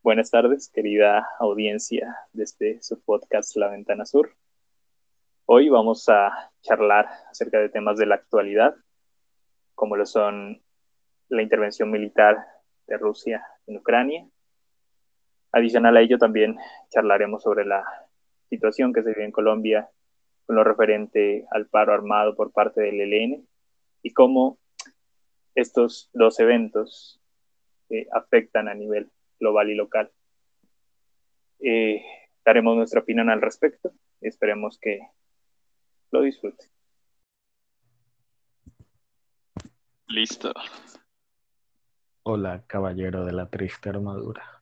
Buenas tardes, querida audiencia de este su podcast La Ventana Sur. Hoy vamos a charlar acerca de temas de la actualidad, como lo son la intervención militar de Rusia en Ucrania. Adicional a ello, también charlaremos sobre la situación que se vive en Colombia con lo referente al paro armado por parte del ELN y cómo estos dos eventos afectan a nivel global y local. Eh, Daremos nuestra opinión al respecto y esperemos que lo disfruten. Listo. Hola, caballero de la triste armadura.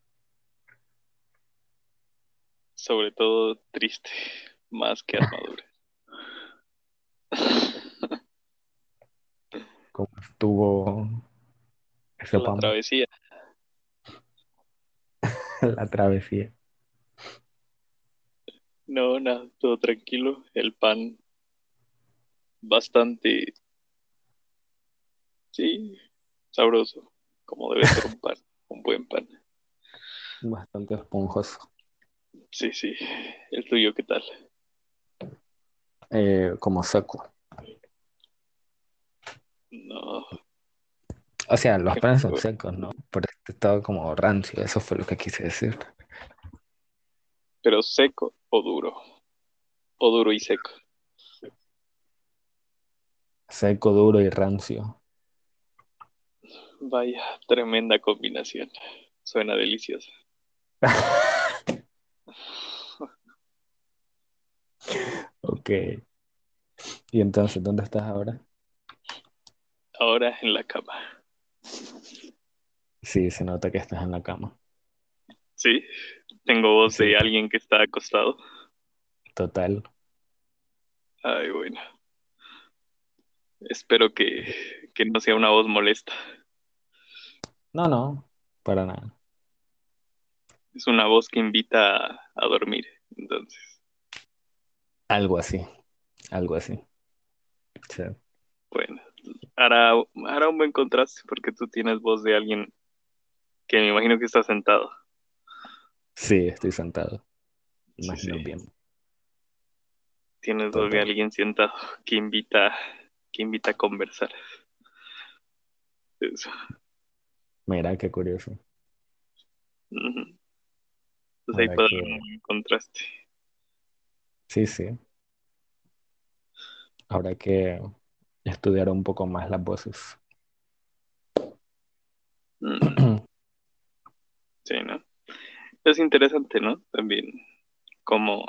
Sobre todo triste, más que armadura. ¿Cómo estuvo ese La pan? travesía. La travesía. No, nada, todo tranquilo. El pan bastante, sí, sabroso, como debe ser un pan, un buen pan. Bastante esponjoso. Sí, sí. ¿El tuyo qué tal? Como seco. No, O sea, los qué panes son feo. secos, ¿no? Pero este estaba como rancio, eso fue lo que quise decir. Pero seco o duro y seco. Seco, duro y rancio. Vaya, tremenda combinación. Suena deliciosa. Ok. ¿Y entonces dónde estás ahora? Ahora en la cama. Sí, se nota que estás en la cama. Sí, tengo voz Sí, de alguien que está acostado. total. Ay, bueno. Espero que no sea una voz molesta. No, no, para nada. Es una voz que invita a dormir. Entonces, Algo así, algo así. Sí, bueno, hará un buen contraste porque tú tienes voz de alguien que me imagino que está sentado. sí, estoy sentado. Sí, sí. Imagino bien. Tienes voz de Total. alguien sentado que invita a conversar. Eso. Mira, qué curioso. Ujú. Entonces ahí Ahora puede haber que, un buen contraste. sí, sí, habrá que estudiar un poco más las voces. Mm, sí, ¿no? Es interesante, ¿no? También como,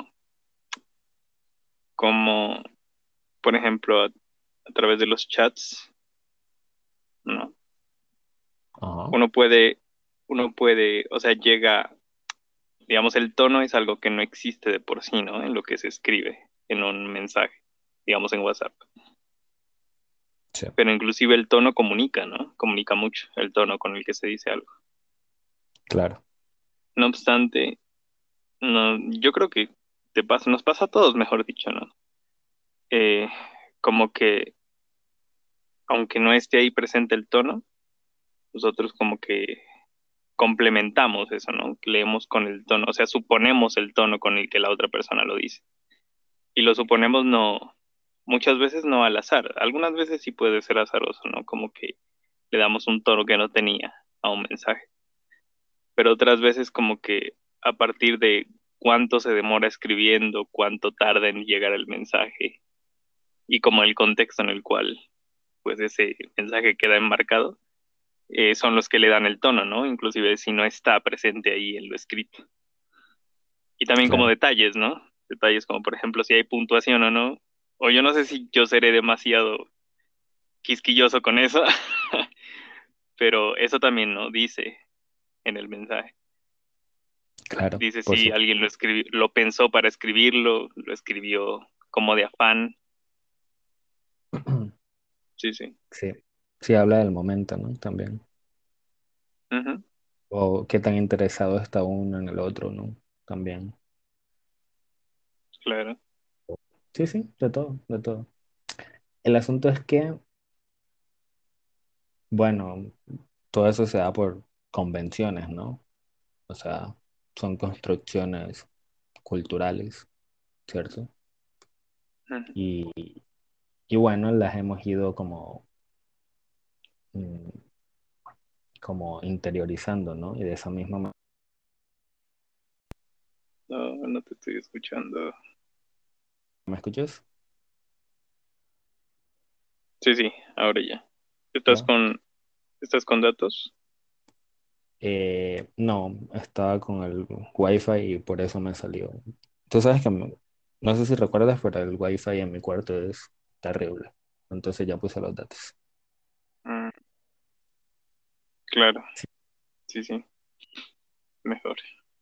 como, por ejemplo, a través de los chats, ¿no? Ajá, Uno puede, uno puede, o sea, llega, digamos, el tono es algo que no existe de por sí, ¿no? En lo que se escribe en un mensaje, digamos, en WhatsApp. sí, Pero inclusive el tono comunica, ¿no? Comunica mucho el tono con el que se dice algo. claro. No obstante, no, yo creo que nos pasa a todos, mejor dicho, ¿no? Eh, Como que, aunque no esté ahí presente el tono, nosotros como que complementamos eso, ¿no? Que leemos con el tono, o sea, suponemos el tono con el que la otra persona lo dice. Y lo suponemos no, muchas veces no al azar, algunas veces sí puede ser azaroso, ¿no? Como que le damos un tono que no tenía a un mensaje, pero otras veces como que a partir de cuánto se demora escribiendo, cuánto tarda en llegar el mensaje y como el contexto en el cual pues ese mensaje queda enmarcado, son los que le dan el tono, ¿no? Inclusive si no está presente ahí en lo escrito. Y también como Claro. detalles, ¿no? Detalles como por ejemplo si hay puntuación o no. O yo no sé si yo seré demasiado quisquilloso con eso, pero eso también no dice en el mensaje. Claro, Dice por si supuesto. alguien lo escribió, lo pensó para escribirlo, lo escribió como de afán. Sí, sí. Sí, sí habla del momento, ¿no? También. Ujú, O qué tan interesado está uno en el otro, ¿no? También. claro. Sí, sí, de todo, de todo. El asunto es que, bueno, todo eso se da por convenciones, ¿no? O sea, son construcciones culturales, ¿cierto? Ujú. Y, y bueno, las hemos ido mm, como interiorizando, ¿no? Y de esa misma manera. No, no te estoy escuchando. ¿Me escuchas? Sí, sí, ahora ya. ¿Estás ¿Ya? con, estás con datos? No, estaba con el wifi y por eso me salió. Tú sabes que, no sé si recuerdas, pero el wifi en mi cuarto es terrible. Entonces ya puse los datos. Mm, claro, Sí. sí, sí, mejor.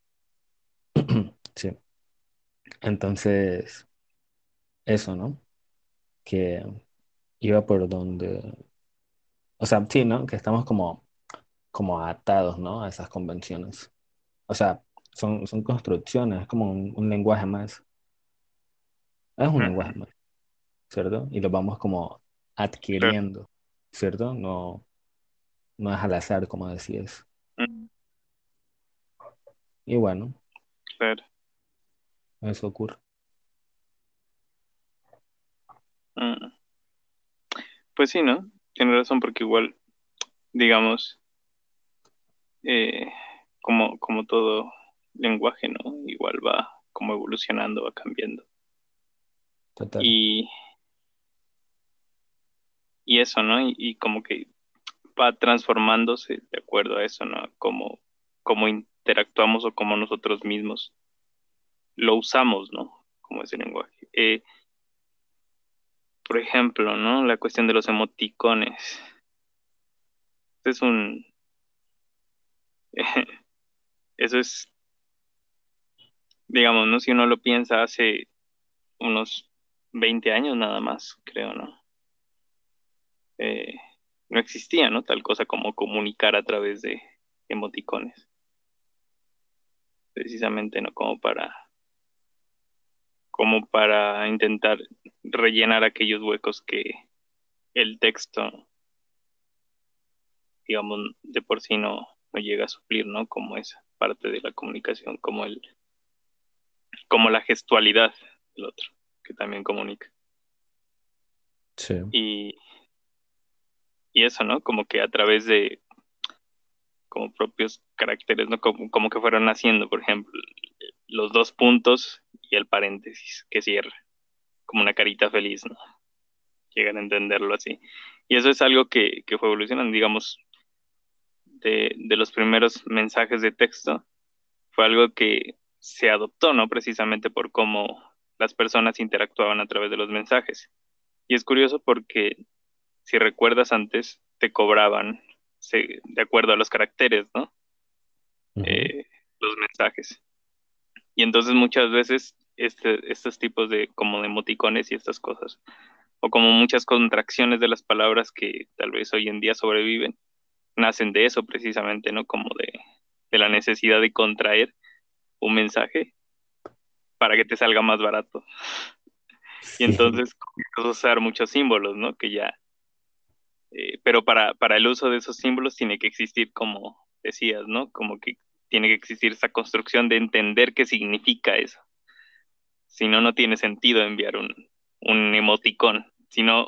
Sí. Entonces, eso, ¿no? Que iba por donde, o sea, sí, ¿no? Que estamos como atados, ¿no? A esas convenciones. O sea, son construcciones, es como un lenguaje más. Es un Ujú, lenguaje más, ¿cierto? Y lo vamos como claro. adquiriendo, ¿cierto? No es al azar, como decías. Mm, Y bueno, claro. eso ocurre. Mm, pues sí, ¿no? Tienes razón porque igual, digamos, eh, como todo lenguaje, ¿no? Igual va como evolucionando, va cambiando. Total. Y, y eso, ¿no? Y como que va transformándose de acuerdo a eso, ¿no? Como interactuamos o como nosotros mismos lo usamos, ¿no? Como ese lenguaje. Por ejemplo, ¿no? La cuestión de los emoticones. Este es un... Eso es, digamos, ¿no? Si uno lo piensa hace unos 20 años nada más, creo, ¿no? Eh, no existía, ¿no? Tal cosa como comunicar a través de emoticones, precisamente, ¿no? Como para intentar rellenar aquellos huecos que el texto, digamos, de por sí no llega a suplir, ¿no? Como esa parte de la comunicación, como la gestualidad del otro, que también comunica. Sí. Y, y eso, ¿no? Como que a través de como propios caracteres, ¿no? Como que fueron haciendo, por ejemplo, los dos puntos y el paréntesis que cierra, como una carita feliz, ¿no? Llegan a entenderlo así. Y eso es algo que fue evolucionando, digamos, de los primeros mensajes de texto, fue algo que se adoptó, ¿no? Precisamente por cómo las personas interactuaban a través de los mensajes. Y es curioso porque, si recuerdas antes, te cobraban de acuerdo a los caracteres, ¿no? Ujú. Eh, los mensajes. Y entonces muchas veces estos tipos de como de emoticones y estas cosas, o como muchas contracciones de las palabras que tal vez hoy en día sobreviven, nacen de eso precisamente, ¿no? Como de la necesidad de contraer un mensaje para que te salga más barato. Y Sí, entonces comienzas a usar muchos símbolos, ¿no? Que ya, pero para el uso de esos símbolos tiene que existir, como decías, ¿no? Como que tiene que existir esa construcción de entender qué significa eso. Si no, no tiene sentido enviar un emoticón, sino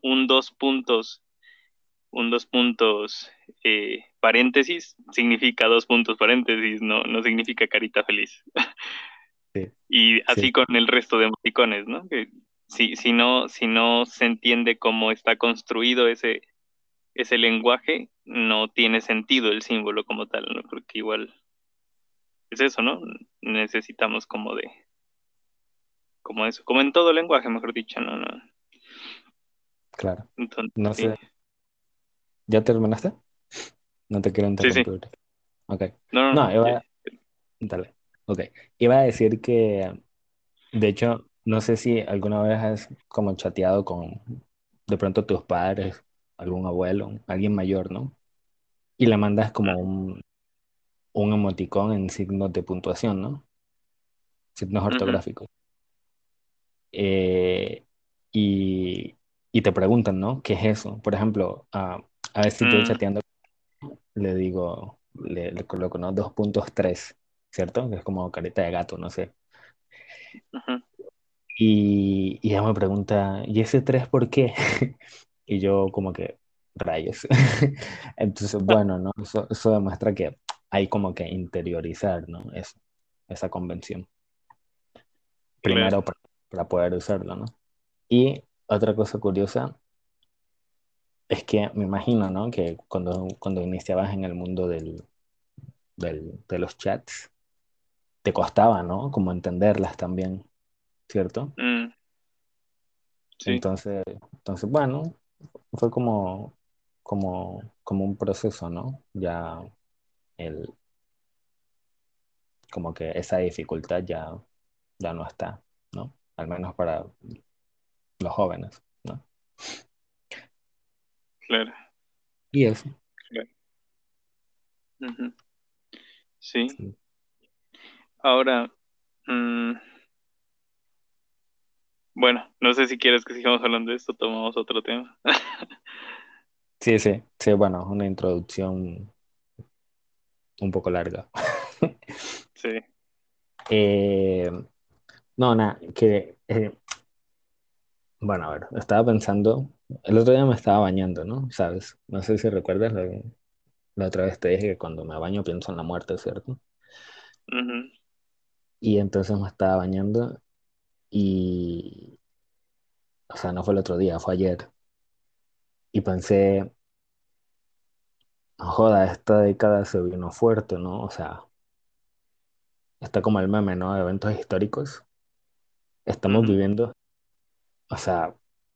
un dos puntos paréntesis significa dos puntos paréntesis, no significa carita feliz. sí, Y sí, así con el resto de emoticones, ¿no? Que si no se entiende cómo está construido ese lenguaje, no tiene sentido el símbolo como tal, ¿no? Porque igual es eso, ¿no? Necesitamos como eso, como en todo lenguaje, mejor dicho, ¿no? claro. Entonces, No sí, sé, ¿ya terminaste? No te quiero sí, sí, interrumpir. Ok. no, no, No, dale. Ok. Iba a decir que, de hecho, no sé si alguna vez has como chateado con de pronto tus padres, algún abuelo, alguien mayor, ¿no? Y le mandas como un emoticón en signos de puntuación, ¿no? Signos ujú, ortográficos. Eh, y, y te preguntan, ¿no? ¿Qué es eso? Por ejemplo, a veces yo mm, chateando le digo, le coloco, ¿no? 2.3. ¿cierto? Que es como carita de gato, no sé. Ujú. Y ella me pregunta, ¿y ese 3 por qué? Y yo como que, rayos. Entonces, bueno, ¿no? Eso demuestra que hay como que interiorizar, ¿no? Esa convención. Claro. Primero para poder usarlo, ¿no? Y otra cosa curiosa es que me imagino, ¿no? Que cuando iniciabas en el mundo de los chats, te costaba, ¿no? Como entenderlas también, ¿cierto? Mm, sí, Entonces, bueno, fue como un proceso, ¿no? Ya el, como que esa dificultad ya no está, ¿no? Al menos para los jóvenes, ¿no? claro, Y eso. claro. Ujú. Sí. Sí, Ahora, mm, bueno, no sé si quieres que sigamos hablando de esto, tomamos otro tema. sí, sí, sí, bueno, una introducción un poco larga. Sí. Eh, no, nada, bueno, a ver, estaba pensando, el otro día me estaba bañando, ¿no? ¿Sabes? No sé si recuerdas, la otra vez te dije que cuando me baño pienso en la muerte, ¿cierto? Ujú. Y entonces me estaba bañando y, o sea, no fue el otro día, fue ayer. Y pensé, "No joda, esta década se vino fuerte, ¿no? O sea, está como el meme, ¿no? De eventos históricos. Estamos Ujú. viviendo, o sea,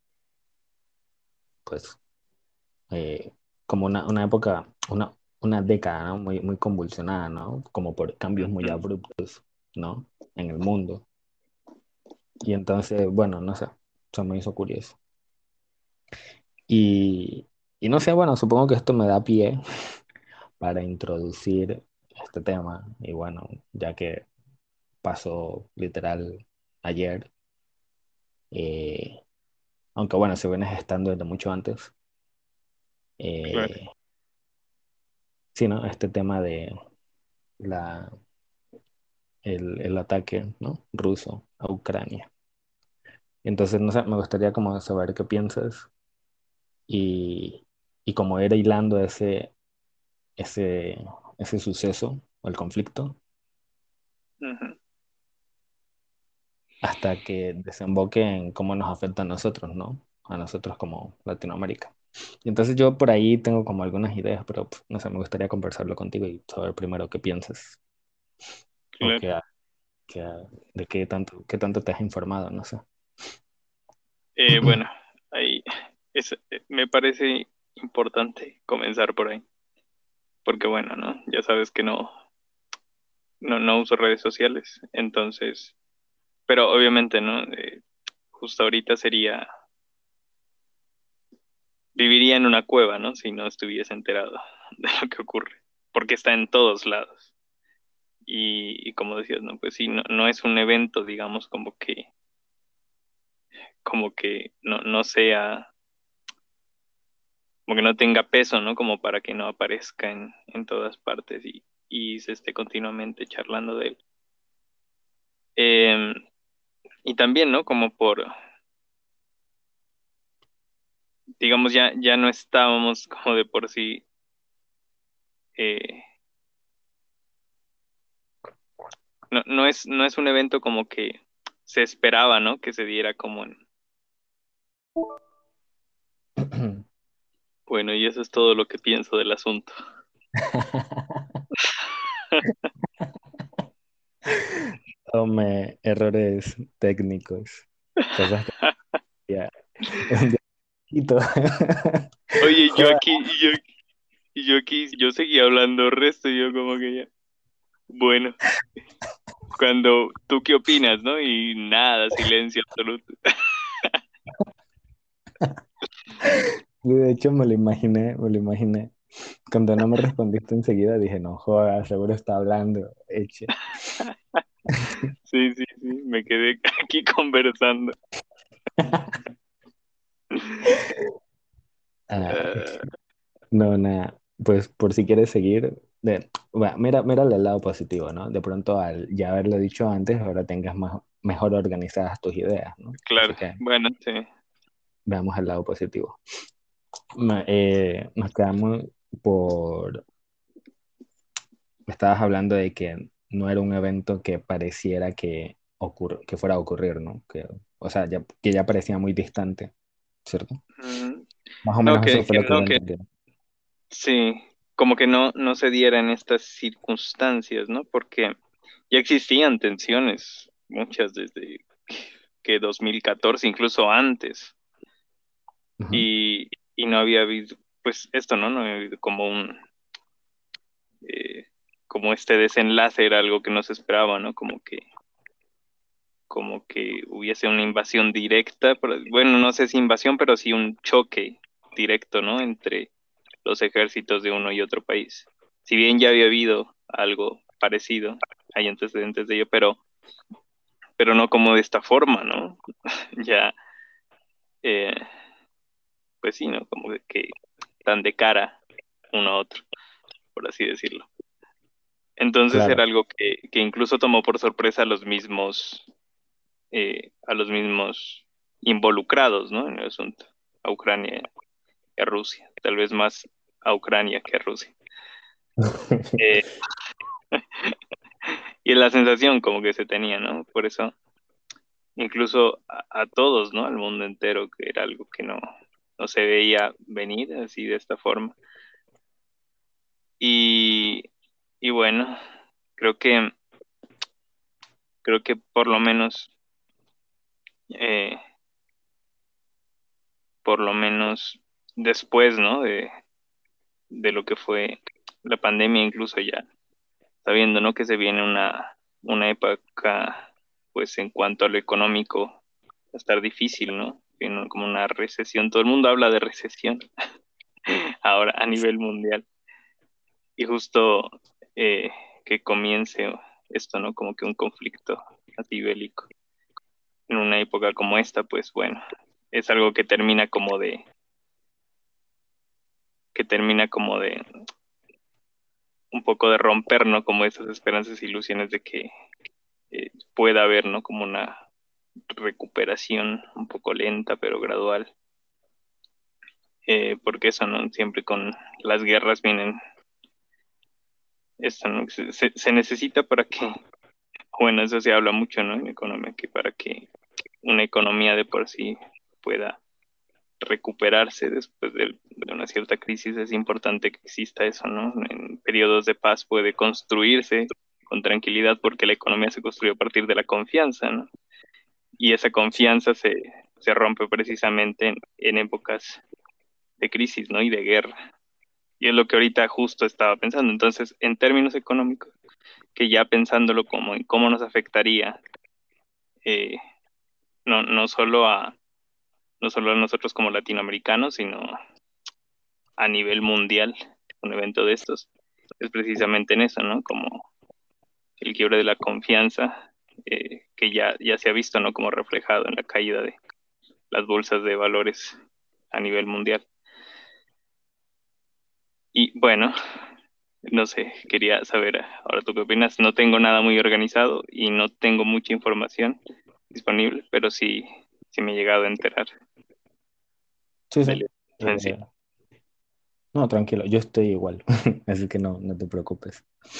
pues, como una época, una década, ¿no? Muy convulsionada, ¿no? Como por cambios muy Ujú. abruptos, ¿no? En el mundo. Y entonces, bueno, no sé, se me hizo curioso. Y, y no sé, bueno, supongo que esto me da pie para introducir este tema. Y bueno, ya que pasó literal ayer, eh, aunque bueno, se viene gestando desde mucho antes, Claro. eh, sí, ¿no? Este tema de la, el ataque, ¿no? Ruso a Ucrania. Entonces, no sé, me gustaría como saber qué piensas y, y como ir hilando ese, ese suceso o el conflicto Ujú. hasta que desemboque en cómo nos afecta a nosotros, ¿no? A nosotros como Latinoamérica. Y entonces yo por ahí tengo como algunas ideas, pero pues, no sé, me gustaría conversarlo contigo y saber primero qué piensas o Claro. de qué tanto te has informado, no sé. Bueno, ahí me parece importante comenzar por ahí, porque bueno, ¿no? Ya sabes que no uso redes sociales, entonces, pero obviamente, ¿no? Justo ahorita viviría en una cueva, ¿no? Si no estuviese enterado de lo que ocurre, porque está en todos lados. Y como decías, ¿no? Pues sí, no es un evento, digamos, como que no sea, como que no tenga peso, ¿no? Como para que no aparezca en todas partes y se esté continuamente charlando de él. Eh, y también, ¿no? Como digamos, ya no estábamos como de por sí, eh, no es un evento como que se esperaba, ¿no? Que se diera como bueno, y eso es todo lo que pienso del asunto. Tome errores técnicos, cosas que ya un diablo. Oye, Joder. yo aquí, yo seguía hablando resto y yo como que ya, bueno, cuando, ¿tú qué opinas, no? Y nada, silencio absoluto. Y de hecho me lo imaginé. Cuando no me respondiste enseguida dije, no jodas, seguro está hablando. Eche. Sí, sí, sí, me quedé aquí conversando. Ah, Eh, no, nada. Pues por si quieres seguir, Mira el lado positivo, ¿no? De pronto al ya haberlo dicho antes, ahora tengas mejor organizadas tus ideas, ¿no? Así Claro, que bueno, sí. veamos el lado positivo. Nos quedamos por... Me estabas hablando de que no era un evento que pareciera que fuera a ocurrir, ¿no? O sea, que ya parecía muy distante, ¿cierto? Ujú. Más o No, menos eso fue que lo que no, yo que entendí. sí, como que no se diera en estas circunstancias, ¿no? Porque ya existían tensiones, muchas desde que 2014, incluso antes, Ujú. y no había habido, pues esto, ¿no? No había habido como eh, como este desenlace era algo que no se esperaba, ¿no? Como que hubiese una invasión directa, bueno, no sé si invasión, pero sí un choque directo, ¿no? Entre los ejércitos de uno y otro país. Si bien ya había habido algo parecido, hay antecedentes de ello, pero no como de esta forma, ¿no? Ya, eh, pues sí, ¿no? Como que tan de cara uno a otro, por así decirlo. Entonces Claro. era algo que incluso tomó por sorpresa a los mismos involucrados, ¿no? En el asunto, a Ucrania y a Rusia, tal vez más a Ucrania que a Rusia. Eh, y la sensación como que se tenía, ¿no? Por eso, incluso a todos, ¿no? Al mundo entero, que era algo que no se veía venir así de esta forma. Y, y bueno, creo que, creo que eh, por lo menos después, ¿no? De lo que fue la pandemia, incluso ya sabiendo, ¿no? Que se viene una época, pues en cuanto a lo económico, va a estar difícil, ¿no? Viene como una recesión. Todo el mundo habla de recesión ahora a nivel mundial. Y justo eh, que comience esto, ¿no? Como que un conflicto así bélico en una época como esta, pues bueno, es algo que termina como de un poco de romper, ¿no? Como esas esperanzas e ilusiones de que pueda haber, ¿no? Como una recuperación un poco lenta, pero gradual. Porque eso, ¿no? Siempre con las guerras vienen esto, ¿no? Se necesita para que, bueno, eso se habla mucho, ¿no? En economía, que para que una economía de por sí pueda recuperarse después de una cierta crisis, es importante que exista eso, ¿no? En periodos de paz puede construirse con tranquilidad porque la economía se construye a partir de la confianza, ¿no? Y esa confianza se rompe precisamente en épocas de crisis, ¿no? Y de guerra. Y es lo que ahorita justo estaba pensando. Entonces, en términos económicos, que ya pensándolo como en cómo nos afectaría, eh, no, no solo a nosotros como latinoamericanos, sino a nivel mundial, un evento de estos, es precisamente en eso, ¿no? Como el quiebre de la confianza, que ya se ha visto, ¿no? Como reflejado en la caída de las bolsas de valores a nivel mundial. Y bueno, no sé, quería saber ahora tú qué opinas. No tengo nada muy organizado y no tengo mucha información disponible, pero sí me he llegado a enterar Sí, sí. del evento en sí. Eh, no, tranquilo, yo estoy igual, así que no te preocupes.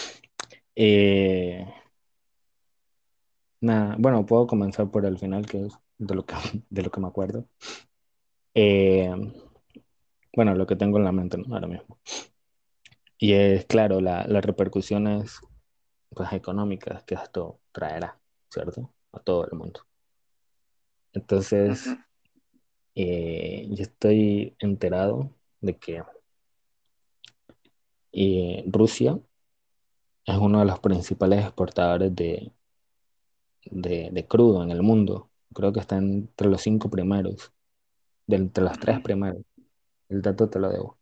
Eh, Nada, bueno, puedo comenzar por el final, que es de lo que me acuerdo. Eh, bueno, lo que tengo en la mente, ¿no? Ahora mismo. Y es claro, las repercusiones pues, económicas que esto traerá, ¿cierto? A todo el mundo. Ujú, Entonces, yo estoy enterado de que Rusia es uno de los principales exportadores de crudo en el mundo. Creo que está entre los cinco primeros, entre los tres ujú, primeros. El dato te lo debo.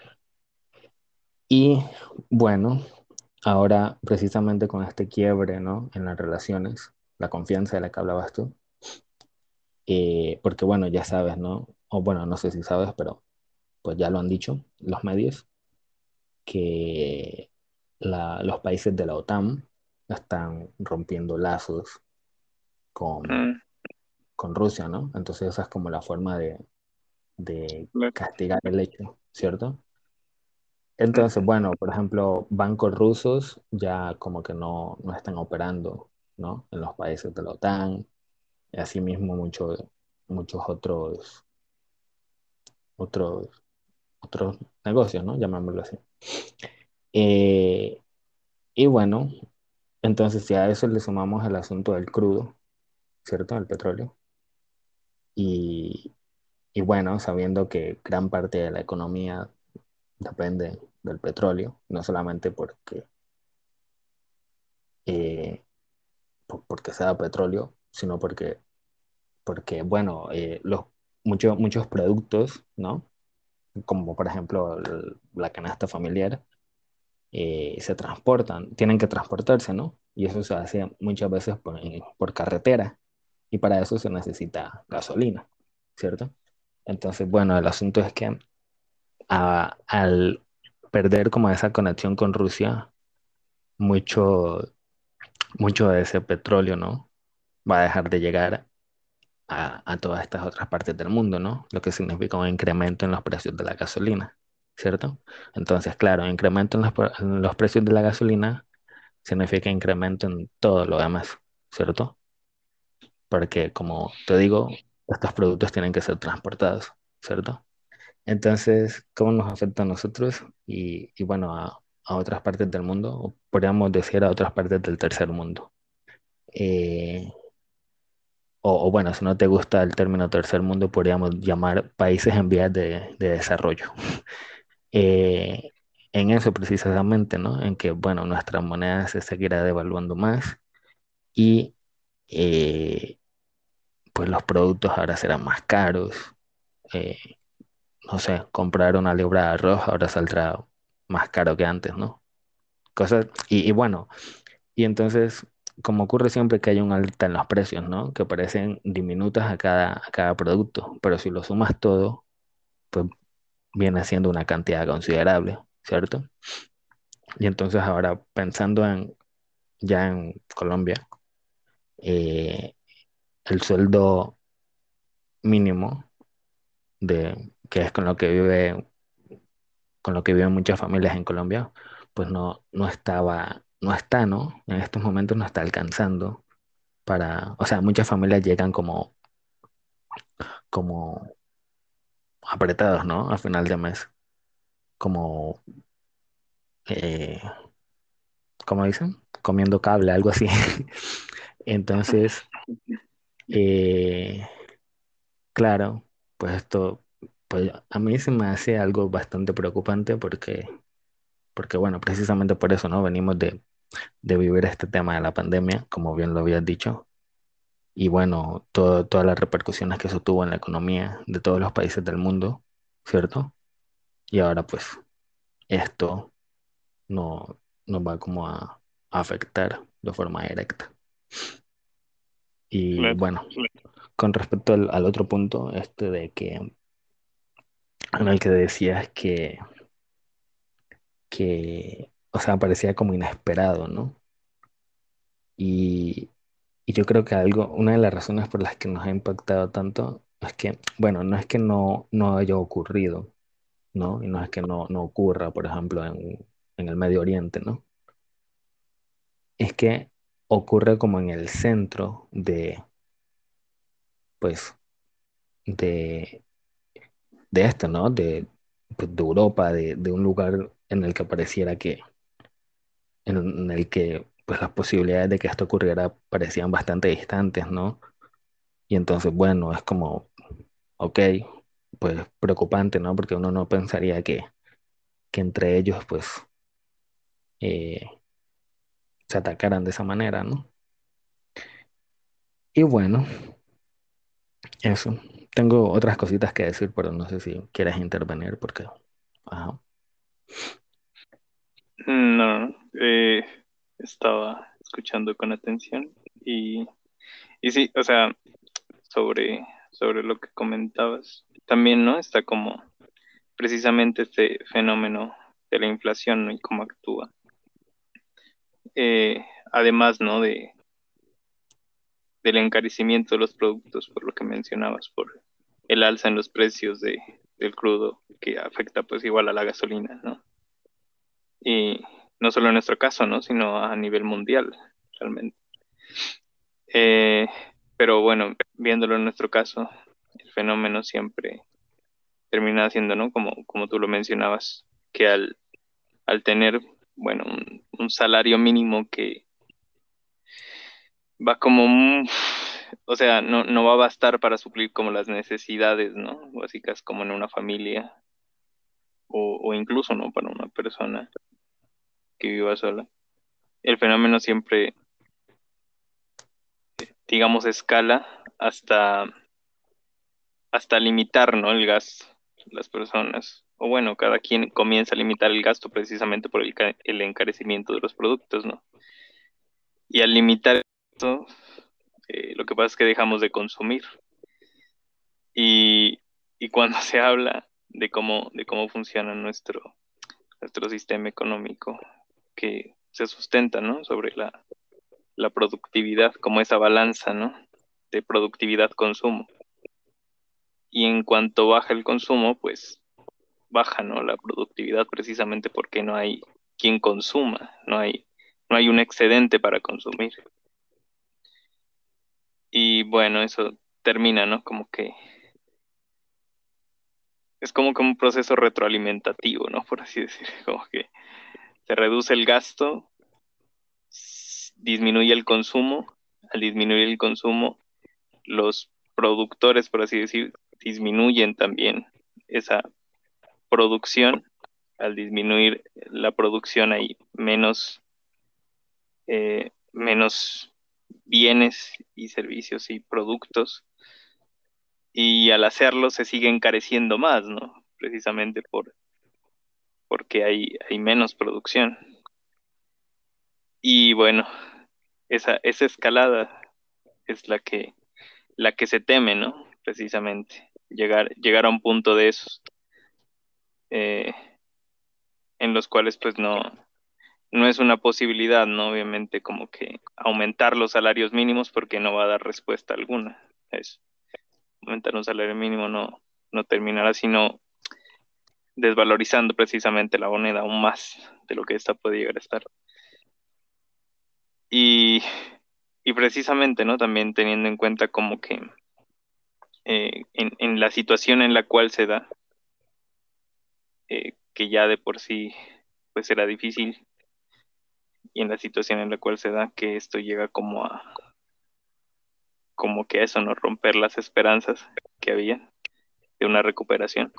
Y bueno, ahora precisamente con este quiebre, ¿no? En las relaciones, la confianza de la que hablabas tú, porque bueno, ya sabes, ¿no? O bueno, no sé si sabes, pero pues ya lo han dicho los medios, que los países de la OTAN están rompiendo lazos con, Mm, con Rusia, ¿no? Entonces esa es como la forma de claro. castigar el hecho, ¿cierto? Entonces, Ujú. bueno, por ejemplo, bancos rusos ya como que no están operando, ¿no? En los países de la OTAN, y asimismo muchos otros, otros negocios, ¿no? Llamémoslo así. Eh, y bueno, entonces si a eso le sumamos el asunto del crudo, ¿cierto? El petróleo. Y, y bueno, sabiendo que gran parte de la economía depende del petróleo, no solamente eh, porque sea petróleo, sino porque bueno, muchos productos, ¿no? Como por ejemplo la canasta familiar, se transportan, tienen que transportarse, ¿no? Y eso se hace muchas veces por carretera y para eso se necesita gasolina, ¿cierto? Entonces, bueno, el asunto es que al perder como esa conexión con Rusia, mucho, mucho de ese petróleo, ¿no? Va a dejar de llegar a todas estas otras partes del mundo, ¿no? Lo que significa un incremento en los precios de la gasolina, ¿cierto? Entonces, claro, incremento en los precios de la gasolina significa incremento en todo lo demás, ¿cierto? Porque, como te digo, estos productos tienen que ser transportados, ¿cierto? Entonces, ¿cómo nos afecta a nosotros y bueno, a otras partes del mundo? O podríamos decir a otras partes del tercer mundo. Eh, o bueno, si no te gusta el término tercer mundo, podríamos llamar países en vías de desarrollo. Eh, en eso precisamente, ¿no? En que, bueno, nuestra moneda se seguirá devaluando más y eh, pues los productos ahora serán más caros. Eh, no sé, comprar una libra de arroz ahora saldrá más caro que antes, ¿no? Cosas, y bueno, y entonces, como ocurre siempre que hay un alta en los precios, ¿no? Que parecen diminutas a cada producto, pero si lo sumas todo, pues viene siendo una cantidad considerable, ¿cierto? Y entonces ahora pensando ya en Colombia, eh, el sueldo mínimo que es con lo que viven muchas familias en Colombia, pues no está, ¿no? En estos momentos no está alcanzando o sea, muchas familias llegan como apretados, ¿no? A final de mes, como, eh, ¿cómo dicen? Comiendo cable, algo así. Entonces, eh, claro, pues esto, pues a mí se me hace algo bastante preocupante porque bueno, precisamente por eso, ¿no? Venimos de vivir este tema de la pandemia, como bien lo habías dicho, y bueno, todas las repercusiones que eso tuvo en la economía de todos los países del mundo, ¿cierto? Y ahora pues esto no nos va como a afectar de forma directa. Y Claro. bueno, con respecto al otro punto, este en el que decías o sea, parecía como inesperado, ¿no? Y, y yo creo que una de las razones por las que nos ha impactado tanto es que, bueno, no es que no haya ocurrido, ¿no? Y no es que no ocurra, por ejemplo, en el Medio Oriente, ¿no? Es que ocurre como en el centro pues, de, de esto, ¿no? Pues, de Europa, de un lugar en el que pareciera en el que, pues, las posibilidades de que esto ocurriera parecían bastante distantes, ¿no? Y entonces, bueno, es como, ok, pues preocupante, ¿no? Porque uno no pensaría que entre ellos, pues, eh, se atacaran de esa manera, ¿no? Y bueno, eso. Tengo otras cositas que decir, pero no sé si quieres intervenir porque, ajá. No, no, estaba escuchando con atención y, y sí, o sea, sobre lo que comentabas, también, ¿no? Está como precisamente este fenómeno de la inflación, ¿no? Y cómo actúa. además, ¿no? Del encarecimiento de los productos, por lo que mencionabas, por el alza en los precios del crudo, que afecta pues igual a la gasolina, ¿no? Y no solo en nuestro caso, ¿no? Sino a nivel mundial, realmente. Eh, pero bueno, viéndolo en nuestro caso, el fenómeno siempre termina siendo, ¿no? Como tú lo mencionabas, que al tener, bueno, un salario mínimo que va como, o sea, no va a bastar para suplir como las necesidades, ¿no? Básicas como en una familia o incluso, ¿no? Para una persona que viva sola. El fenómeno siempre, digamos, escala hasta, hasta limitar, ¿no? El gasto de las personas. O bueno, cada quien comienza a limitar el gasto precisamente por el encarecimiento de los productos, ¿no? Y al limitar esto, lo que pasa es que dejamos de consumir. Y, y cuando se habla de cómo funciona nuestro sistema económico, que se sustenta, ¿no? Sobre la productividad, como esa balanza, ¿no? De productividad-consumo. Y en cuanto baja el consumo, pues baja, ¿no? La productividad precisamente porque no hay quien consuma, no hay un excedente para consumir. Y bueno, eso termina, ¿no? Como que es como que un proceso retroalimentativo, ¿no? Por así decir, como que se reduce el gasto, disminuye el consumo, al disminuir el consumo, los productores, por así decir, disminuyen también esa producción. Al disminuir la producción hay menos bienes y servicios y productos, y al hacerlo se sigue encareciendo más, ¿no? Precisamente porque hay menos producción. Y bueno, esa escalada es la que se teme, ¿no? Precisamente, llegar a un punto de esos, eh, en los cuales pues no es una posibilidad, ¿no? Obviamente como que aumentar los salarios mínimos porque no va a dar respuesta alguna. Es, aumentar un salario mínimo no terminará sino desvalorizando precisamente la moneda aún más de lo que ésta puede llegar a estar. Y, y precisamente, ¿no? También teniendo en cuenta como que en la situación en la cual se da, que ya de por sí pues era difícil, y en la situación en la cual se da que esto llega como que a eso, ¿no? Romper las esperanzas que había de una recuperación.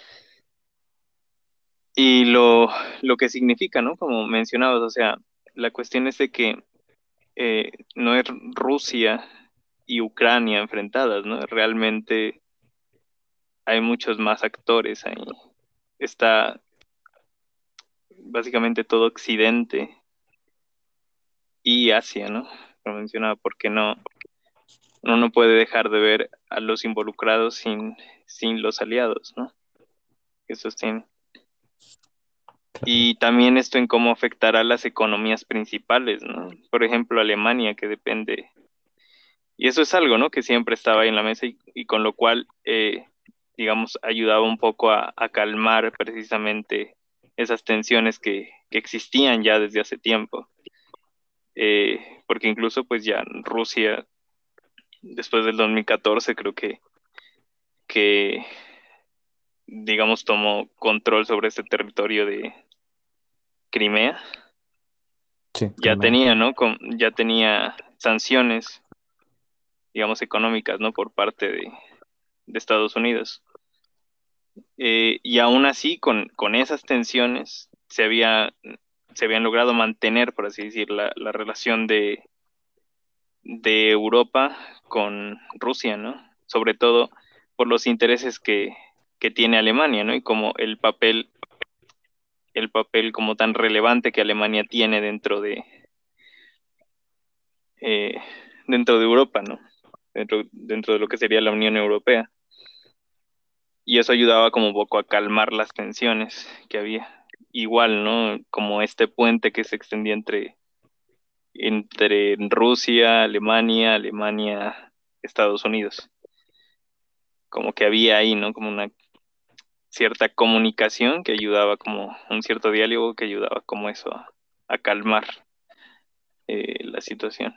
Y lo que significa, ¿no? Como mencionabas, o sea, la cuestión es de que no es Rusia y Ucrania enfrentadas, ¿no? Realmente hay muchos más actores ahí. Está básicamente todo Occidente y Asia, ¿no? Como mencionaba, porque uno no puede dejar de ver a los involucrados sin los aliados, ¿no? Que sostienen. Claro. Y también esto en cómo afectará las economías principales, ¿no? Por ejemplo, Alemania, que depende, y eso es algo, ¿no? Que siempre estaba ahí en la mesa y con lo cual, digamos, ayudaba un poco a calmar precisamente esas tensiones que existían ya desde hace tiempo. Porque incluso pues ya Rusia, después del 2014, creo que digamos, tomó control sobre este territorio de Crimea. Sí, Ya Crimea. tenía, ¿no? Ya tenía sanciones, digamos, económicas, ¿no? Por parte de Estados Unidos. Y aún así, con esas tensiones, se habían logrado mantener, por así decir, la relación de Europa con Rusia, ¿no? Sobre todo por los intereses que tiene Alemania, ¿no? Y como el papel como tan relevante que Alemania tiene eh, dentro de Europa, ¿no? Dentro de lo que sería la Unión Europea. Y eso ayudaba como un poco a calmar las tensiones que había. Igual, ¿no? Como este puente que se extendía entre Rusia, Alemania, Estados Unidos. Como que había ahí, ¿no? Como una cierta comunicación que ayudaba, como un cierto diálogo que ayudaba como eso a calmar la situación.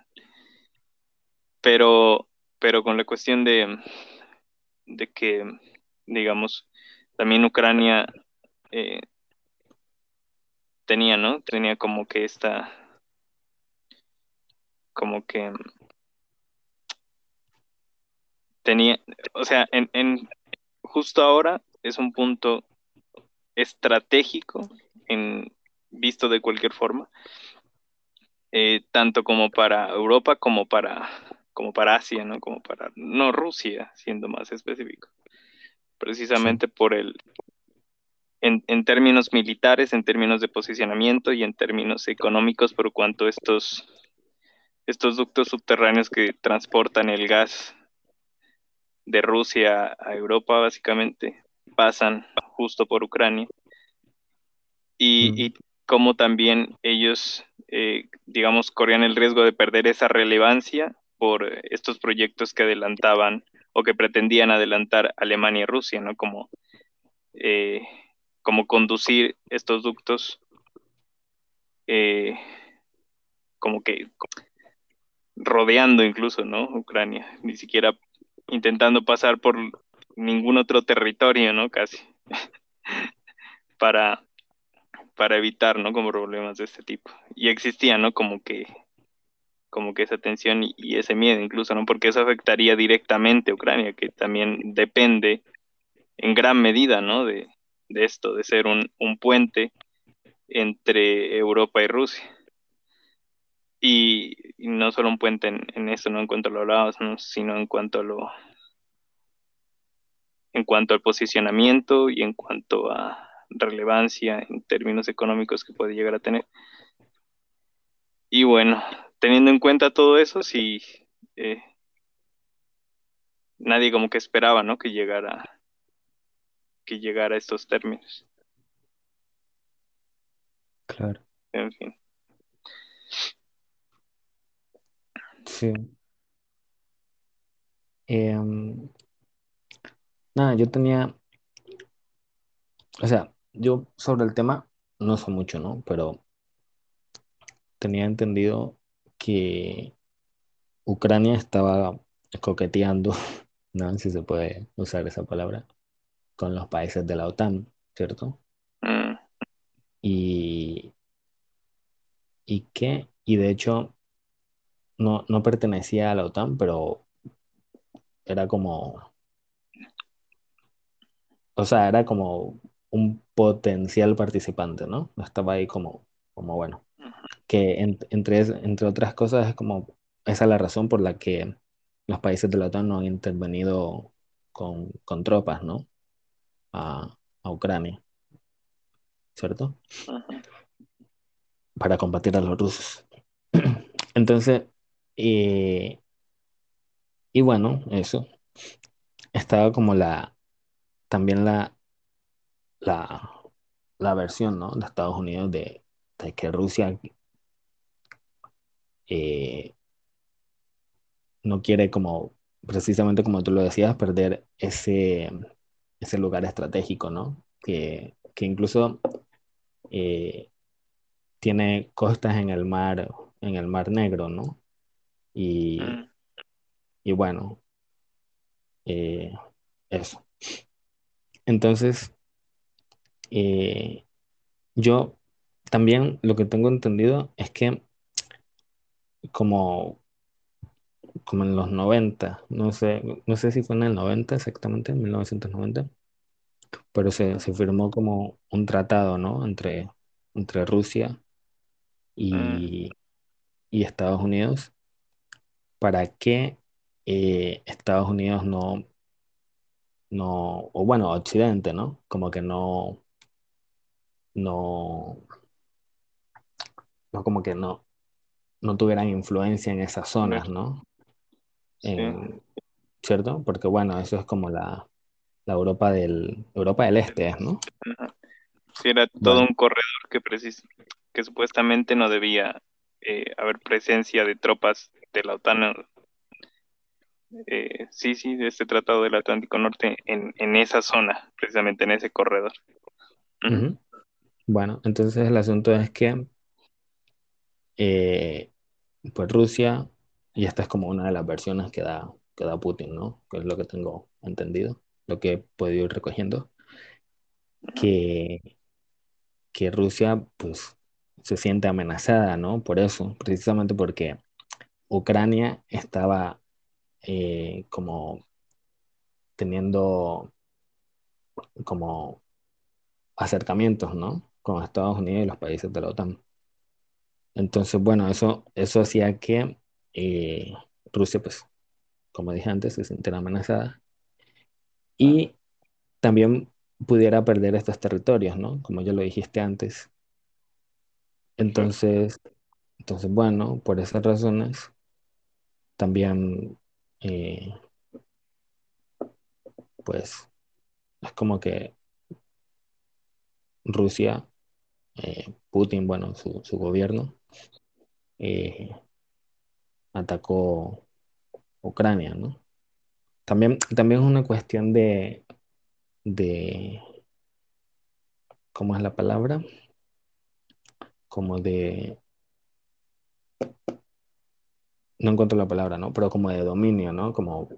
Pero, pero con la cuestión de que, digamos, también Ucrania eh, tenía, ¿no? Tenía como que como que tenía, o sea, justo ahora es un punto estratégico visto de cualquier forma, tanto como para Europa como para Asia, ¿no? Como para, no Rusia, siendo más específico, Sí. precisamente en términos militares, en términos de posicionamiento y en términos económicos, por cuanto estos ductos subterráneos que transportan el gas de Rusia a Europa, básicamente, pasan justo por Ucrania. Mm. Y como también ellos, digamos, corrían el riesgo de perder esa relevancia por estos proyectos que adelantaban o que pretendían adelantar Alemania y Rusia, ¿no? Eh, como conducir estos ductos, eh, como que rodeando incluso, ¿no? Ucrania, ni siquiera intentando pasar por ningún otro territorio, ¿no? Casi, para, para evitar, ¿no? Como problemas de este tipo. Y existía, ¿no? Como que esa tensión y ese miedo incluso, ¿no? Porque eso afectaría directamente a Ucrania, que también depende en gran medida, ¿no? De esto, de ser un puente entre Europa y Rusia. Y no solo un puente en eso, no en cuanto a lo hablábamos, ¿no? Sino en cuanto al posicionamiento y en cuanto a relevancia en términos económicos que puede llegar a tener. Y bueno, teniendo en cuenta todo eso, sí, eh, nadie como que esperaba, ¿no? Que llegara a estos términos. Claro. En fin. Sí. Em, Nada, yo tenía, o sea, yo sobre el tema no sé mucho, ¿no? Pero tenía entendido que Ucrania estaba coqueteando, no sé si se puede usar esa palabra, con los países de la OTAN, ¿cierto? Mm, Y, y de hecho no pertenecía a la OTAN, pero era como, o sea, era como un potencial participante, ¿no? Estaba ahí como bueno. Que entre otras cosas es como, esa es la razón por la que los países de la OTAN no han intervenido con tropas, ¿no? A Ucrania, ¿cierto? ujú. Para combatir a los rusos. Entonces, eh, y bueno, eso. Estaba como también la, la versión, ¿no? De Estados Unidos de que Rusia eh, no quiere como, precisamente como tú lo decías, perder ese lugar estratégico, ¿no? Que incluso eh, tiene costas en el Mar Negro, ¿no? Y, Mm, y bueno, eh, eso. Entonces, eh, yo también lo que tengo entendido es que como, como en los 90 no sé si fue en el 90 exactamente, en 1990, pero se firmó como un tratado, ¿no? Entre Rusia mm, y, y Estados Unidos para que Estados Unidos o bueno, Occidente, ¿no? Como que no, como que no tuvieran influencia en esas ver, zonas, ¿no? sí. ¿Cierto? Porque bueno, eso es como la Europa del Este, ¿no? Ajá. Sí, era todo Bueno, un corredor que supuestamente no debía. haber presencia de tropas de la OTAN, sí, de este Tratado del Atlántico Norte en esa zona, precisamente en ese corredor. Ujú. Ujú. Bueno, entonces el asunto es que eh, pues Rusia, y esta es como una de las versiones que da Putin, ¿no? Que es lo que tengo entendido, lo que he podido ir recogiendo, que, que Rusia pues se siente amenazada, ¿no? Por eso, precisamente porque Ucrania estaba como teniendo como acercamientos, ¿no? Con Estados Unidos y los países de la OTAN. Entonces, bueno, eso hacía que eh, Rusia, pues, como dije antes, se sintiera amenazada y también pudiera perder estos territorios, ¿no? Como ya lo dijiste antes. Claro. Entonces, bueno, por esas razones, también, eh, pues, es como que Rusia, Putin, bueno, su gobierno, eh, atacó Ucrania, ¿no? También es una cuestión de, ¿cómo es la palabra? Como de, no encuentro la palabra, ¿no? Pero como de dominio, ¿no?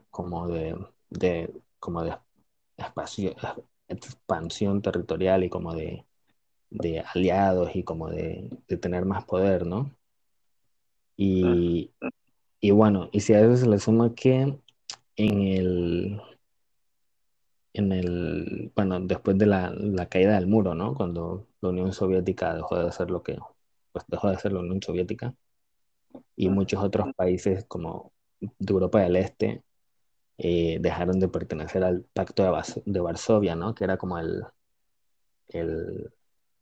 Como de espacio, expansión territorial y como de aliados y como de tener más poder, ¿no? Ujú. Y, y bueno, y si a eso se le suma que en el, bueno, después de la caída del muro, ¿no? Cuando la Unión Soviética dejó de ser lo que, pues dejó de ser la Unión Soviética y muchos otros países como de Europa del Este dejaron de pertenecer al Pacto de Varsovia, ¿no? Que era como el,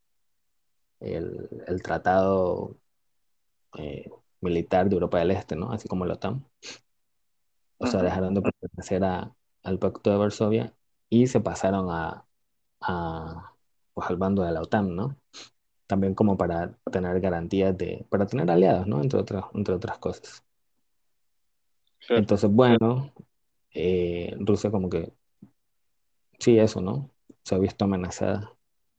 el tratado eh, militar de Europa del Este, ¿no? Así como la OTAN. O sea, Ujú. dejaron de pertenecer al Pacto de Varsovia y se pasaron pues, al bando de la OTAN, ¿no? También como para tener garantías para tener aliados, ¿no? Entre otras cosas. Claro. Entonces, bueno, Rusia como que, sí, eso, ¿no? Se ha visto amenazada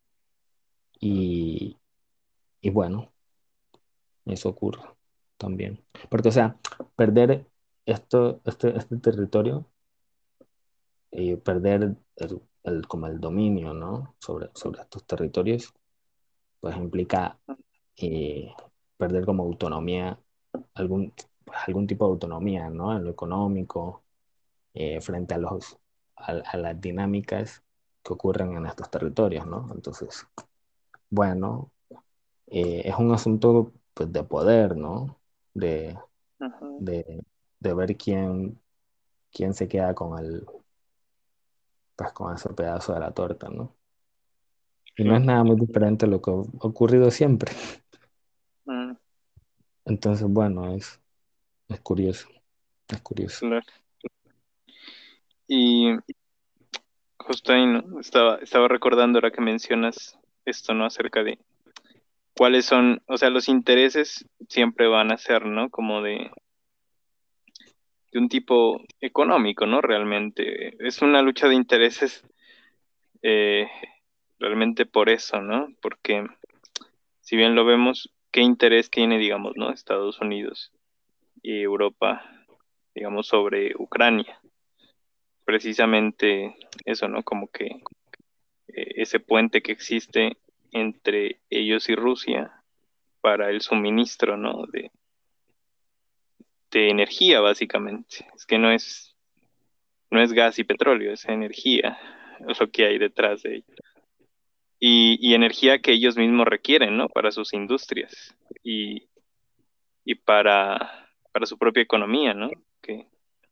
y, y bueno, eso ocurre también. Porque, o sea, perder este territorio y perder como el dominio, ¿no? Sobre estos territorios, pues implica eh, perder como autonomía, algún tipo de autonomía, ¿no? En lo económico, frente a las dinámicas que ocurren en estos territorios, ¿no? Entonces, bueno, es un asunto pues, de poder, ¿no? De, Ujú. de, de ver quién se queda pues, con ese pedazo de la torta, ¿no? Y no es Claro. nada muy diferente a lo que ha ocurrido siempre. Mm, Entonces, bueno, es curioso, es curioso. claro. Y justo ahí, ¿no? Estaba recordando ahora que mencionas esto, ¿no? Acerca de cuáles son, o sea, los intereses siempre van a ser, ¿no? Como de un tipo económico, ¿no? Realmente. Es una lucha de intereses eh, realmente por eso, ¿no? Porque si bien lo vemos, ¿qué interés tiene, digamos, ¿no? Estados Unidos y Europa, digamos, sobre Ucrania? Precisamente eso, ¿no? Como que ese puente que existe entre ellos y Rusia para el suministro, ¿no? De energía, básicamente. Es que no es gas y petróleo, es energía, es lo que hay detrás de ello. Y energía que ellos mismos requieren, ¿no? Para sus industrias y, y para su propia economía, ¿no? Que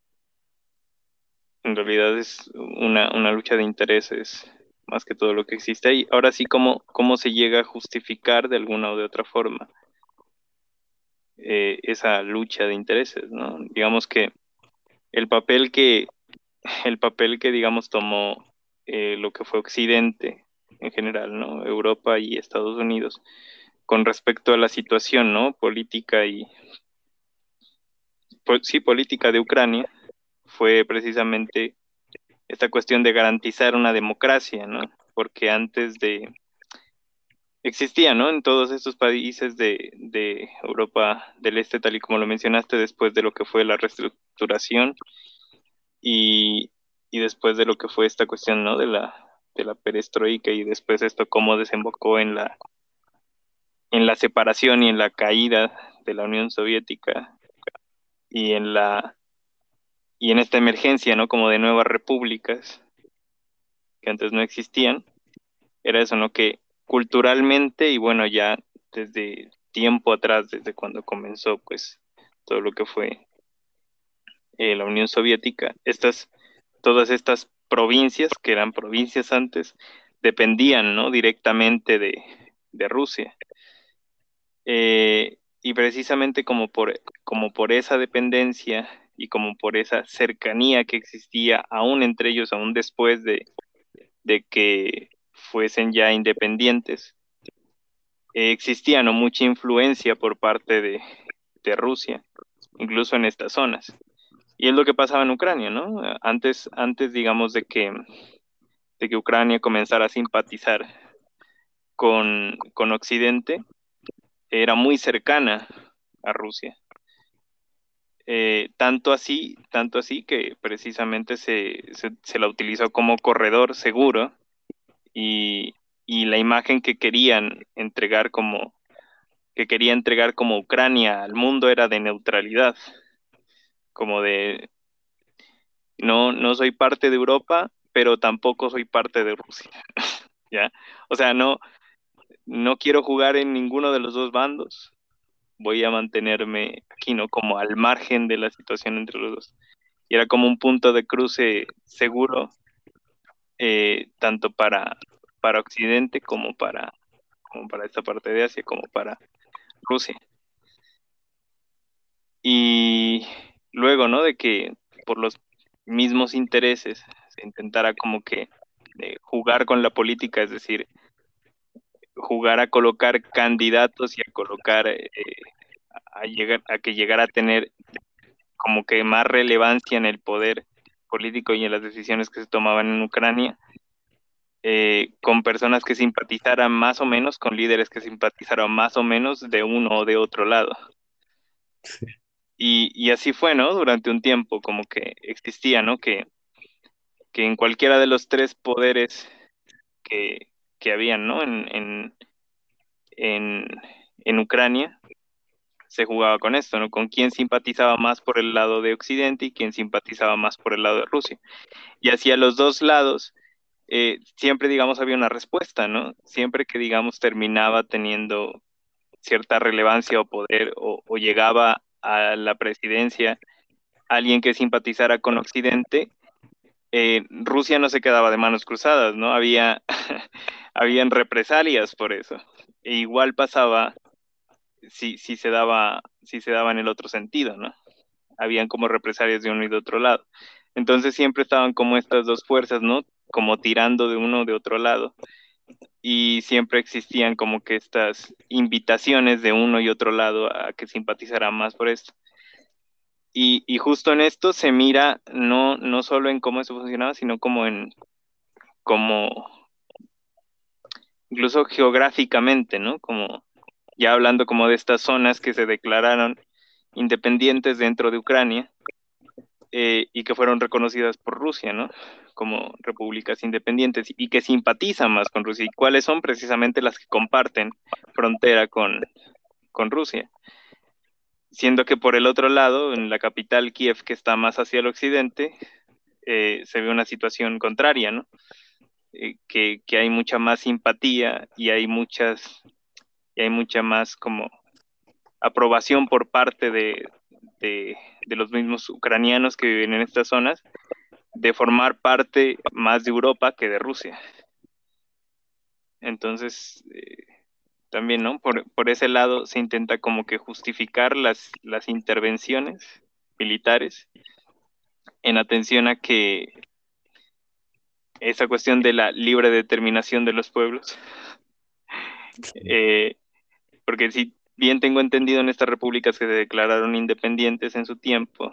en realidad es una lucha de intereses más que todo lo que existe ahí. Ahora sí, ¿cómo se llega a justificar de alguna o de otra forma esa lucha de intereses, ¿no? Digamos que el papel que, el papel que digamos, tomó lo que fue Occidente en general, ¿no? Europa y Estados Unidos, con respecto a la situación, ¿no? Política política de Ucrania, fue precisamente esta cuestión de garantizar una democracia, ¿no? Porque existía, ¿no? En todos estos países de Europa del Este, tal y como lo mencionaste, después de lo que fue la reestructuración y, y después de lo que fue esta cuestión, ¿no? De la perestroika y después esto cómo desembocó en la separación y en la caída de la Unión Soviética y en esta emergencia, ¿no? Como de nuevas repúblicas que antes no existían. Era eso, ¿no? Que culturalmente y bueno, ya desde tiempo atrás, desde cuando comenzó pues todo lo que fue la Unión Soviética, todas estas provincias, que eran provincias antes, dependían, ¿no? Directamente de Rusia. Y precisamente como por esa dependencia y como por esa cercanía que existía aún entre ellos, aún después de que fuesen ya independientes, existía, ¿no? Mucha influencia por parte de Rusia, incluso en estas zonas. Y es lo que pasaba en Ucrania, ¿no? Antes digamos, de que Ucrania comenzara a simpatizar con Occidente, era muy cercana a Rusia. Tanto así que precisamente se la utilizó como corredor seguro y, y la imagen que quería entregar como Ucrania al mundo era de neutralidad, como de no soy parte de Europa, pero tampoco soy parte de Rusia, ¿ya? O sea, no quiero jugar en ninguno de los dos bandos, voy a mantenerme aquí, ¿no? Como al margen de la situación entre los dos. Y era como un punto de cruce seguro, tanto para Occidente como para esta parte de Asia, como para Rusia. Y luego, ¿no? De que por los mismos intereses se intentara como que jugar con la política, es decir, jugar a colocar candidatos y a colocar, a que llegara a tener como que más relevancia en el poder político y en las decisiones que se tomaban en Ucrania, con personas que simpatizaran más o menos, con líderes que simpatizaran más o menos de uno o de otro lado. Sí. Y así fue, ¿no? Durante un tiempo, como que existía, ¿no? Que en cualquiera de los tres poderes que habían, ¿no? En, en Ucrania, se jugaba con esto, ¿no? Con quién simpatizaba más por el lado de Occidente y quién simpatizaba más por el lado de Rusia. Y hacia los dos lados, siempre, digamos, había una respuesta, ¿no? Siempre que, digamos, terminaba teniendo cierta relevancia o poder o llegaba a la presidencia alguien que simpatizara con Occidente, Rusia no se quedaba de manos cruzadas, ¿no? Habían represalias por eso. E igual pasaba si se daba en el otro sentido, ¿no? Habían como represalias de uno y de otro lado. Entonces siempre estaban como estas dos fuerzas, ¿no? Como tirando de uno o de otro lado. Y siempre existían como que estas invitaciones de uno y otro lado a que simpatizaran más por esto. Y justo en esto se mira no solo en cómo eso funcionaba, sino como incluso geográficamente, ¿no? Como ya hablando como de estas zonas que se declararon independientes dentro de Ucrania, y que fueron reconocidas por Rusia, ¿no? Como repúblicas independientes y que simpatizan más con Rusia. ¿Y cuáles son precisamente las que comparten frontera con Rusia? Siendo que por el otro lado, en la capital Kiev, que está más hacia el occidente, se ve una situación contraria, ¿no? Que hay mucha más simpatía y hay mucha más como aprobación por parte de los mismos ucranianos que viven en estas zonas, de formar parte más de Europa que de Rusia. Entonces, también, ¿no? Por ese lado se intenta como que justificar las intervenciones militares en atención a que esa cuestión de la libre determinación de los pueblos, eh, Porque si bien tengo entendido en estas repúblicas que se declararon independientes en su tiempo,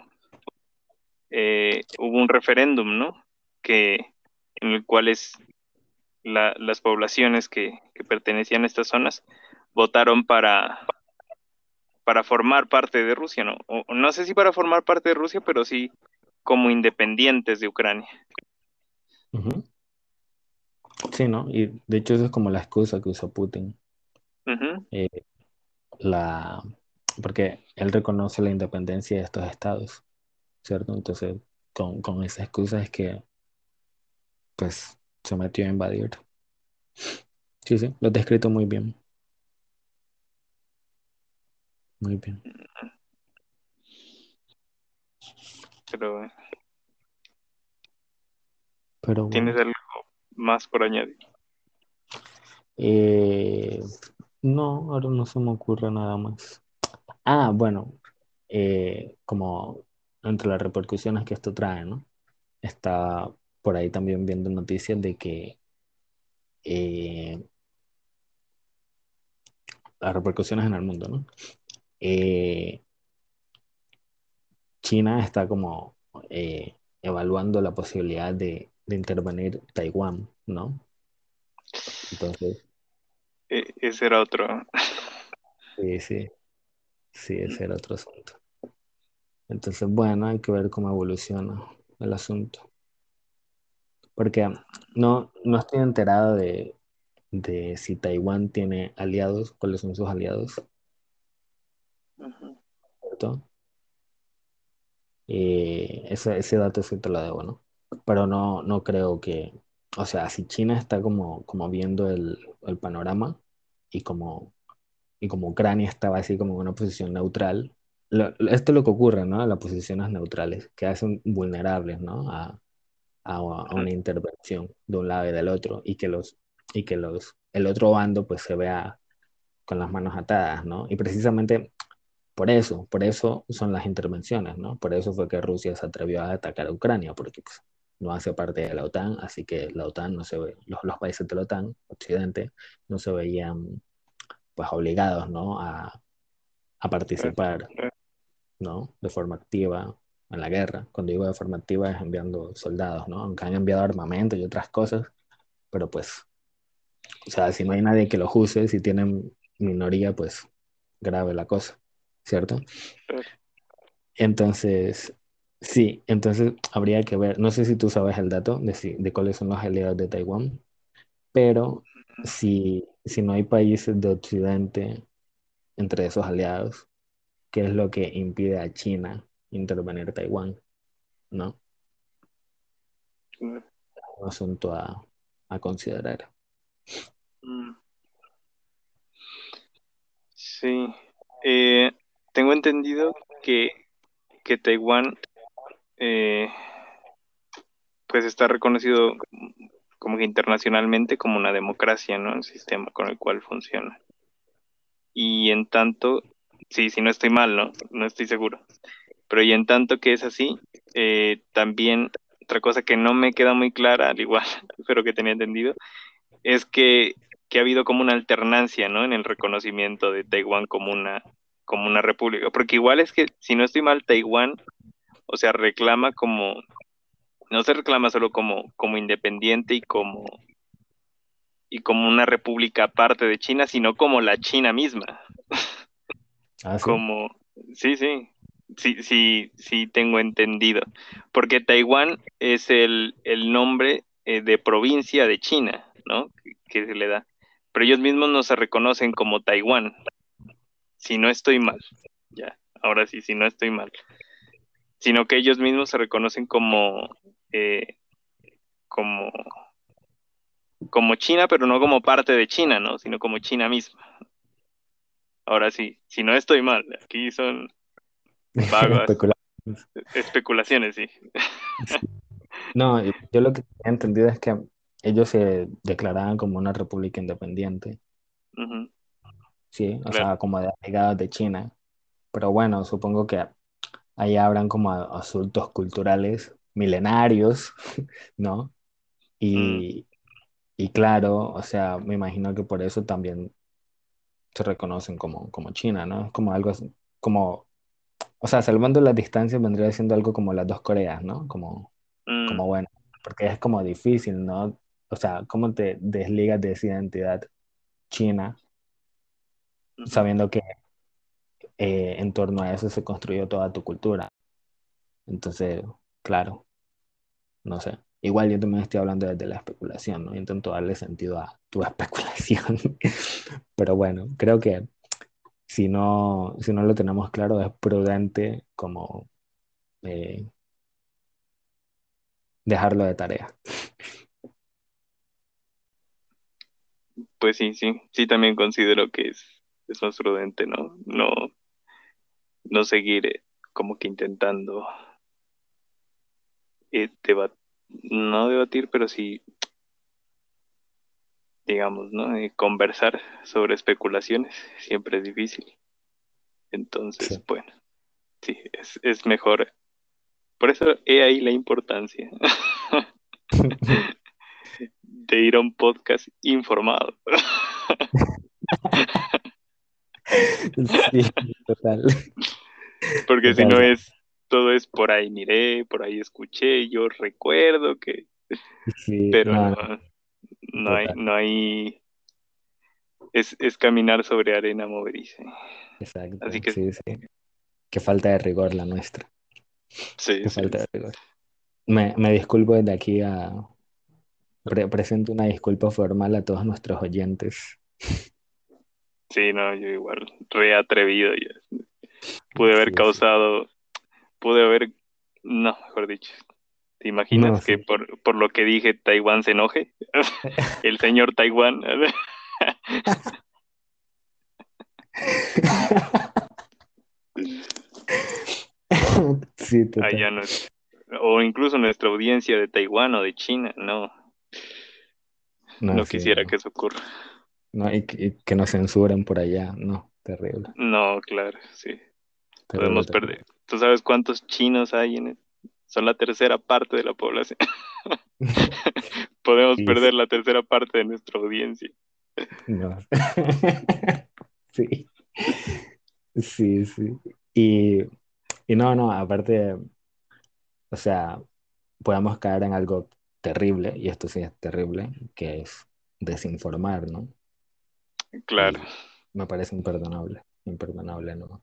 hubo un referéndum, ¿no? En el cual las poblaciones que pertenecían a estas zonas votaron para formar parte de Rusia, ¿no? O no sé si para formar parte de Rusia, pero sí como independientes de Ucrania. Ujú. Sí, ¿no? Y de hecho eso es como la excusa que usa Putin. Ujú. eh, la, porque él reconoce la independencia de estos estados, ¿cierto? Entonces, con esa excusa es que, pues, se metió a invadir. Sí, sí, lo he descrito muy bien, muy bien. Pero Pero ¿tienes bueno, algo más por añadir? eh, no, ahora no se me ocurre nada más. Ah, bueno, como entre las repercusiones que esto trae, ¿no? Está por ahí también viendo noticias de que eh, las repercusiones en el mundo, ¿no? Eh, China está como evaluando la posibilidad de intervenir Taiwán, ¿no? Entonces, Ese era otro. sí, sí, sí, ese era otro asunto. Entonces, bueno, hay que ver cómo evoluciona el asunto. Porque no estoy enterado de si Taiwán tiene aliados, cuáles son sus aliados, Ujú. ¿cierto? Ese dato sí te lo debo, ¿no? Pero no creo que, o sea, si China está como viendo el panorama y como Ucrania estaba así como en una posición neutral, esto es lo que ocurre, ¿no? Las posiciones neutrales, que hacen vulnerables, ¿no? A una intervención de un lado y del otro el otro bando pues se vea con las manos atadas, ¿no? Y precisamente por eso son las intervenciones, ¿no? Por eso fue que Rusia se atrevió a atacar a Ucrania, porque pues, no hace parte de la OTAN, así que la OTAN no se ve, los países de la OTAN, Occidente, no se veían pues obligados, ¿no? A Claro. participar, ¿no? De forma activa en la guerra. Cuando digo de forma activa es enviando soldados, ¿no? Aunque han enviado armamento y otras cosas, pero pues, o sea, si no hay nadie que los use, si tienen minoría, pues grave la cosa, ¿cierto? Claro. Entonces, sí, entonces habría que ver, no sé si tú sabes el dato de cuáles son los aliados de Taiwán, pero si no hay países de Occidente entre esos aliados, ¿qué es lo que impide a China intervenir Taiwán? ¿No? Claro. Un asunto a considerar. Mm. Sí. Eh, Tengo entendido que Taiwán eh, pues está reconocido como que internacionalmente como una democracia, ¿no? El sistema con el cual funciona. Y en tanto, sí, si no estoy mal, ¿no? No estoy seguro. Pero y en tanto que es así, también otra cosa que no me queda muy clara, al igual, pero que tenía entendido, es que ha habido como una alternancia, ¿no? En el reconocimiento de Taiwán como una república. Porque igual es que, si no estoy mal, Taiwán, o sea, reclama como, no se reclama solo como independiente y como una república aparte de China, sino como la China misma. ¿Ah, sí? Como, sí, sí, sí, sí, sí tengo entendido. Porque Taiwán es el nombre de provincia de China, ¿no? Que se le da. Pero ellos mismos no se reconocen como Taiwán, si no estoy mal. Ya, ahora sí, si no estoy mal. Sino que ellos mismos se reconocen eh, como, como China, pero no como parte de China, ¿no? Sino como China misma. Ahora sí, si no estoy mal. Aquí son vagas Especulaciones. especulaciones, sí. No, yo lo que he entendido es que ellos se declaraban como una república independiente, Ujú. sí, o Claro. sea, como de allegados de China. Pero bueno, supongo que ahí habrán como asuntos culturales milenarios, ¿no? Mm. Y, y claro, o sea, me imagino que por eso también se reconocen como China, ¿no? Es como algo así, como, o sea, salvando las distancias vendría siendo algo como las dos Coreas, ¿no? Mm, Como bueno, porque es como difícil, ¿no? O sea, ¿cómo te desligas de esa identidad china ujú. sabiendo que en torno a eso se construyó toda tu cultura? Entonces, claro, no sé. Igual yo también estoy hablando desde la especulación, ¿no? Intento darle sentido a tu especulación. Pero bueno, creo que si no lo tenemos claro, es prudente como eh, dejarlo de tarea. Pues sí, sí, sí también considero que es más prudente, ¿no? No seguir como que intentando no debatir, pero sí, digamos, ¿no? Conversar sobre especulaciones siempre es difícil. Entonces, Sí. bueno, sí, es mejor. Por eso he ahí la importancia de ir a un podcast informado. Sí, total. Porque si Total. no todo es por ahí miré, por ahí escuché, yo recuerdo que, Sí, pero no, no, no, total. no hay, es caminar sobre arena movediza. Así Exacto. que Sí, sí. Qué falta de rigor la nuestra. sí, Qué sí, falta de rigor. Me disculpo desde aquí presento una disculpa formal a todos nuestros oyentes. sí, no, yo igual, re atrevido ya. Pude haber Sí, sí. causado, pude haber, no, mejor dicho. ¿Te No, imaginas que sí. por lo que dije Taiwán se enoje? El señor Taiwán, Sí, total. allá no, o incluso nuestra audiencia de Taiwán o de China, no, No, no sí, quisiera no. que eso ocurra. No, y que nos censuren por allá. No, terrible. No, claro, sí, Terrible, podemos terrible. perder. ¿Tú sabes cuántos chinos hay en Son la tercera parte de la población. Podemos Sí, sí. perder la tercera parte de nuestra audiencia. No. Sí, sí, sí. Y, y no, no, aparte, o sea, podemos caer en algo terrible, y esto sí es terrible, que es desinformar, ¿no? Claro, Y me parece imperdonable, imperdonable, ¿no?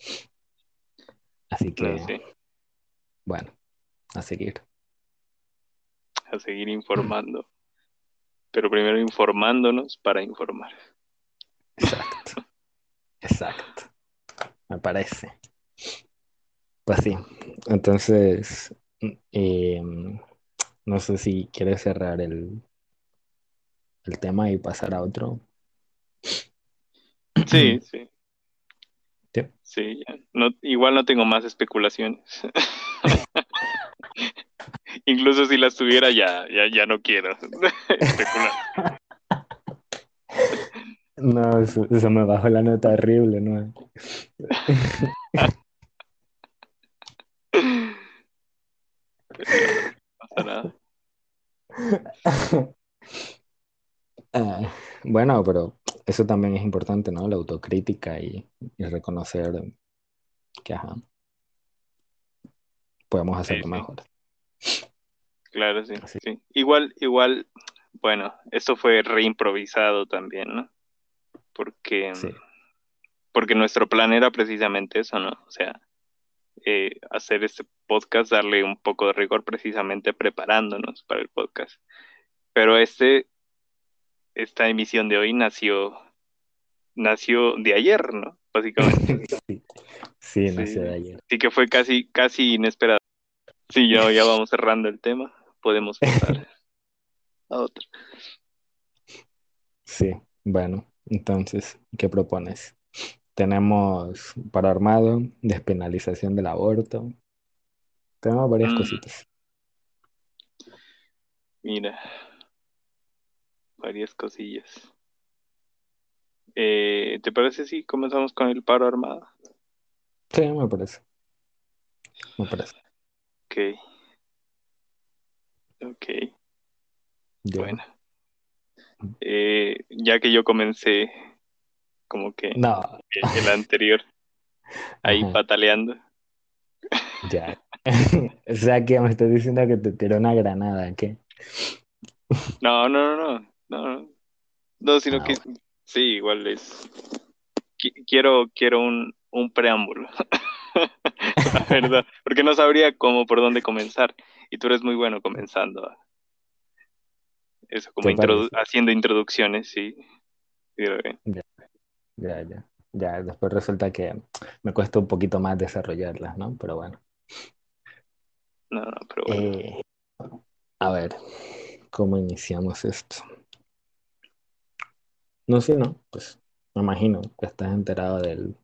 Así no que, sé, bueno, a seguir. a seguir informando, pero primero informándonos para informar. Exacto, exacto, me parece. Pues sí, entonces, eh, no sé si quieres cerrar el tema y pasar a otro. Sí, sí, Sí. sí, ya. No, igual no tengo más especulaciones. Incluso si las tuviera, ya no quiero especular. No, eso me bajó la nota horrible, ¿no? Pero no pasa nada. Ah, bueno, pero eso también es importante, ¿no? La autocrítica y reconocer que, ajá, podemos Sí, hacerlo sí, mejor. claro, sí, Así, sí. Igual, bueno, esto fue reimprovisado también, ¿no? Porque, sí, porque nuestro plan era precisamente eso, ¿no? O sea, hacer este podcast, darle un poco de rigor precisamente preparándonos para el podcast. Pero esta emisión de hoy nació de ayer, ¿no? Básicamente. sí, sí, Sí, nació de sí. ayer. Así que fue casi inesperado. Sí, ya vamos cerrando el tema. Podemos pasar a otro. Sí, bueno, entonces, ¿qué propones? Tenemos paro armado, despenalización del aborto, tenemos varias Mm, cositas. mira, varias cosillas. ¿Te parece si comenzamos con el paro armado? Sí, me parece, me parece. Ok, ok. Yo, Bueno, ya que yo comencé, como que No, el anterior, ahí ajá, pataleando. ya. O sea que me estás diciendo que te tiró una granada, ¿qué? No, no, no, no, no, no, no, sino Ah, que sí, igual es, quiero un preámbulo, la verdad, porque no sabría cómo, por dónde comenzar, y tú eres muy bueno comenzando eso, como ¿te parece? haciendo introducciones, sí, sí, ok. Ya, ya, ya. Ya, después resulta que me cuesta un poquito más desarrollarlas, ¿no? Pero bueno. No, no, pero bueno. Eh, a ver, ¿cómo iniciamos esto? No sé, no, pues me imagino que estás enterado del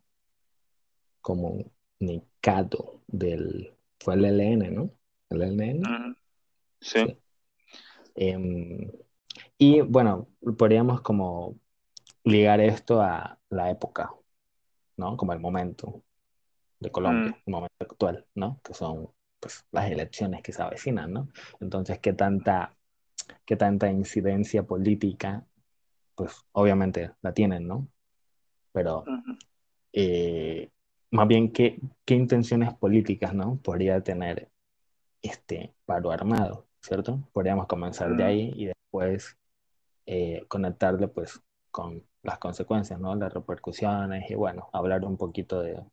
comunicado del... Fue el ELN, ¿no? El ELN, Ujú, sí. sí. Em, y bueno, podríamos como ligar esto a la época, ¿no? Como el momento de Mm, Colombia, el momento actual, ¿no? Que son pues las elecciones que se avecinan, ¿no? Entonces, qué tanta incidencia política? Pues obviamente la tienen, ¿no? Pero ujú, eh, más bien, qué intenciones políticas, ¿no? Podría tener este paro armado, ¿cierto? Podríamos comenzar de mm. ahí y después conectarle pues con las consecuencias, ¿no? Las repercusiones y bueno, hablar un poquito de...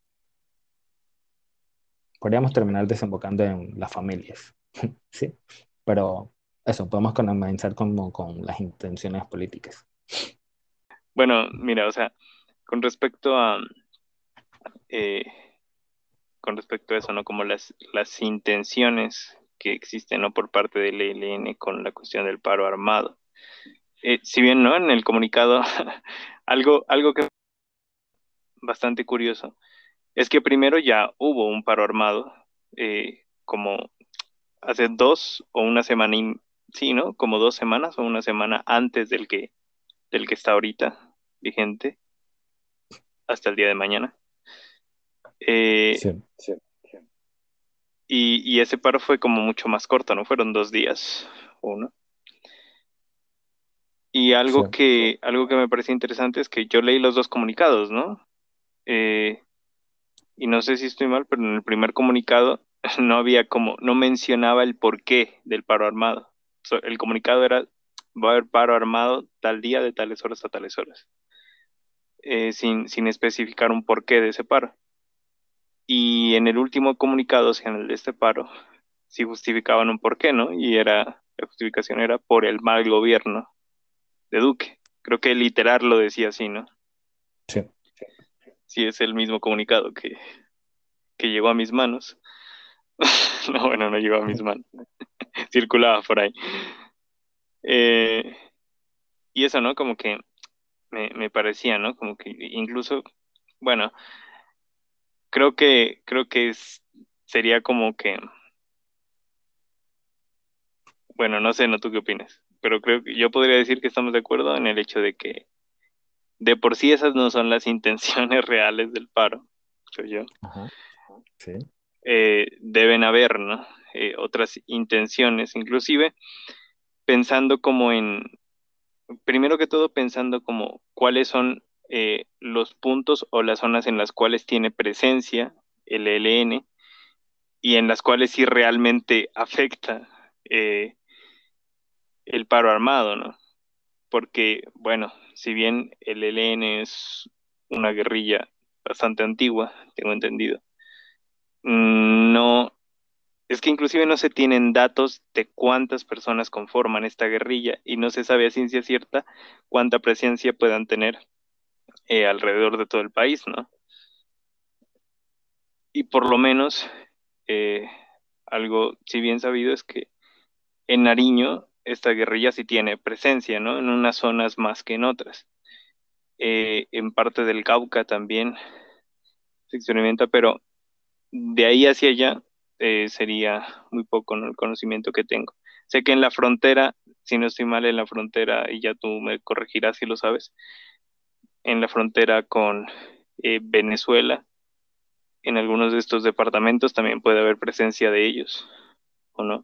Podríamos terminar desembocando en las familias, ¿sí? Pero eso, podemos comenzar como con las intenciones políticas. Bueno, mira, o sea, con respecto a, eh, con respecto a eso, ¿no? Como las intenciones que existen, ¿no? Por parte del ELN con la cuestión del paro armado. Si bien, ¿no? En el comunicado, algo que es bastante curioso es que primero ya hubo un paro armado, como hace 2 o 1 semana, sí, ¿no? Como 2 semanas o 1 semana antes del que está ahorita vigente, hasta el día de mañana. Eh, Sí, Sí. y ese paro fue como mucho más corto, ¿no? Fueron 2 días, uno. Y sí, algo que me parece interesante es que yo leí los dos comunicados, ¿no? Eh, y no sé si estoy mal, pero en el primer comunicado no había como, no mencionaba el porqué del paro armado. El comunicado era, va a haber paro armado tal día de tales horas a tales horas, sin especificar un porqué de ese paro. Y en el último comunicado, o sea, en el de este paro, sí justificaban un porqué, ¿no? La justificación era por el mal gobierno de Duque. Creo que literal lo decía así, ¿no? sí. Sí, es el mismo comunicado que llegó a mis manos. No, bueno, no llegó a mis manos. Circulaba por ahí. Eh, y eso, ¿no? Como que me parecía, ¿no? Como que incluso, bueno, creo que sería como que, bueno, no sé, ¿no? ¿Tú qué opinas? Pero creo que yo podría decir que estamos de acuerdo en el hecho de que de por sí esas no son las intenciones reales del paro, creo yo. Ajá, sí, Deben haber, ¿no? Otras intenciones, inclusive pensando como primero que todo pensando como cuáles son los puntos o las zonas en las cuales tiene presencia el ELN y en las cuales sí realmente afecta el paro armado, ¿no? Porque, bueno, si bien el ELN es una guerrilla bastante antigua, tengo entendido, no, es que inclusive no se tienen datos de cuántas personas conforman esta guerrilla y no se sabe a ciencia cierta cuánta presencia puedan tener alrededor de todo el país, ¿no? Y por lo menos eh, algo, si bien sabido, es que en Nariño esta guerrilla sí tiene presencia, ¿no? En unas zonas más que en otras. En parte del Cauca también se experimenta, pero de ahí hacia allá sería muy poco, ¿no? El conocimiento que tengo. Sé que en la frontera, si no estoy mal, en la frontera, y ya tú me corregirás si lo sabes, en la frontera con Venezuela, en algunos de estos departamentos también puede haber presencia de ellos, ¿o no?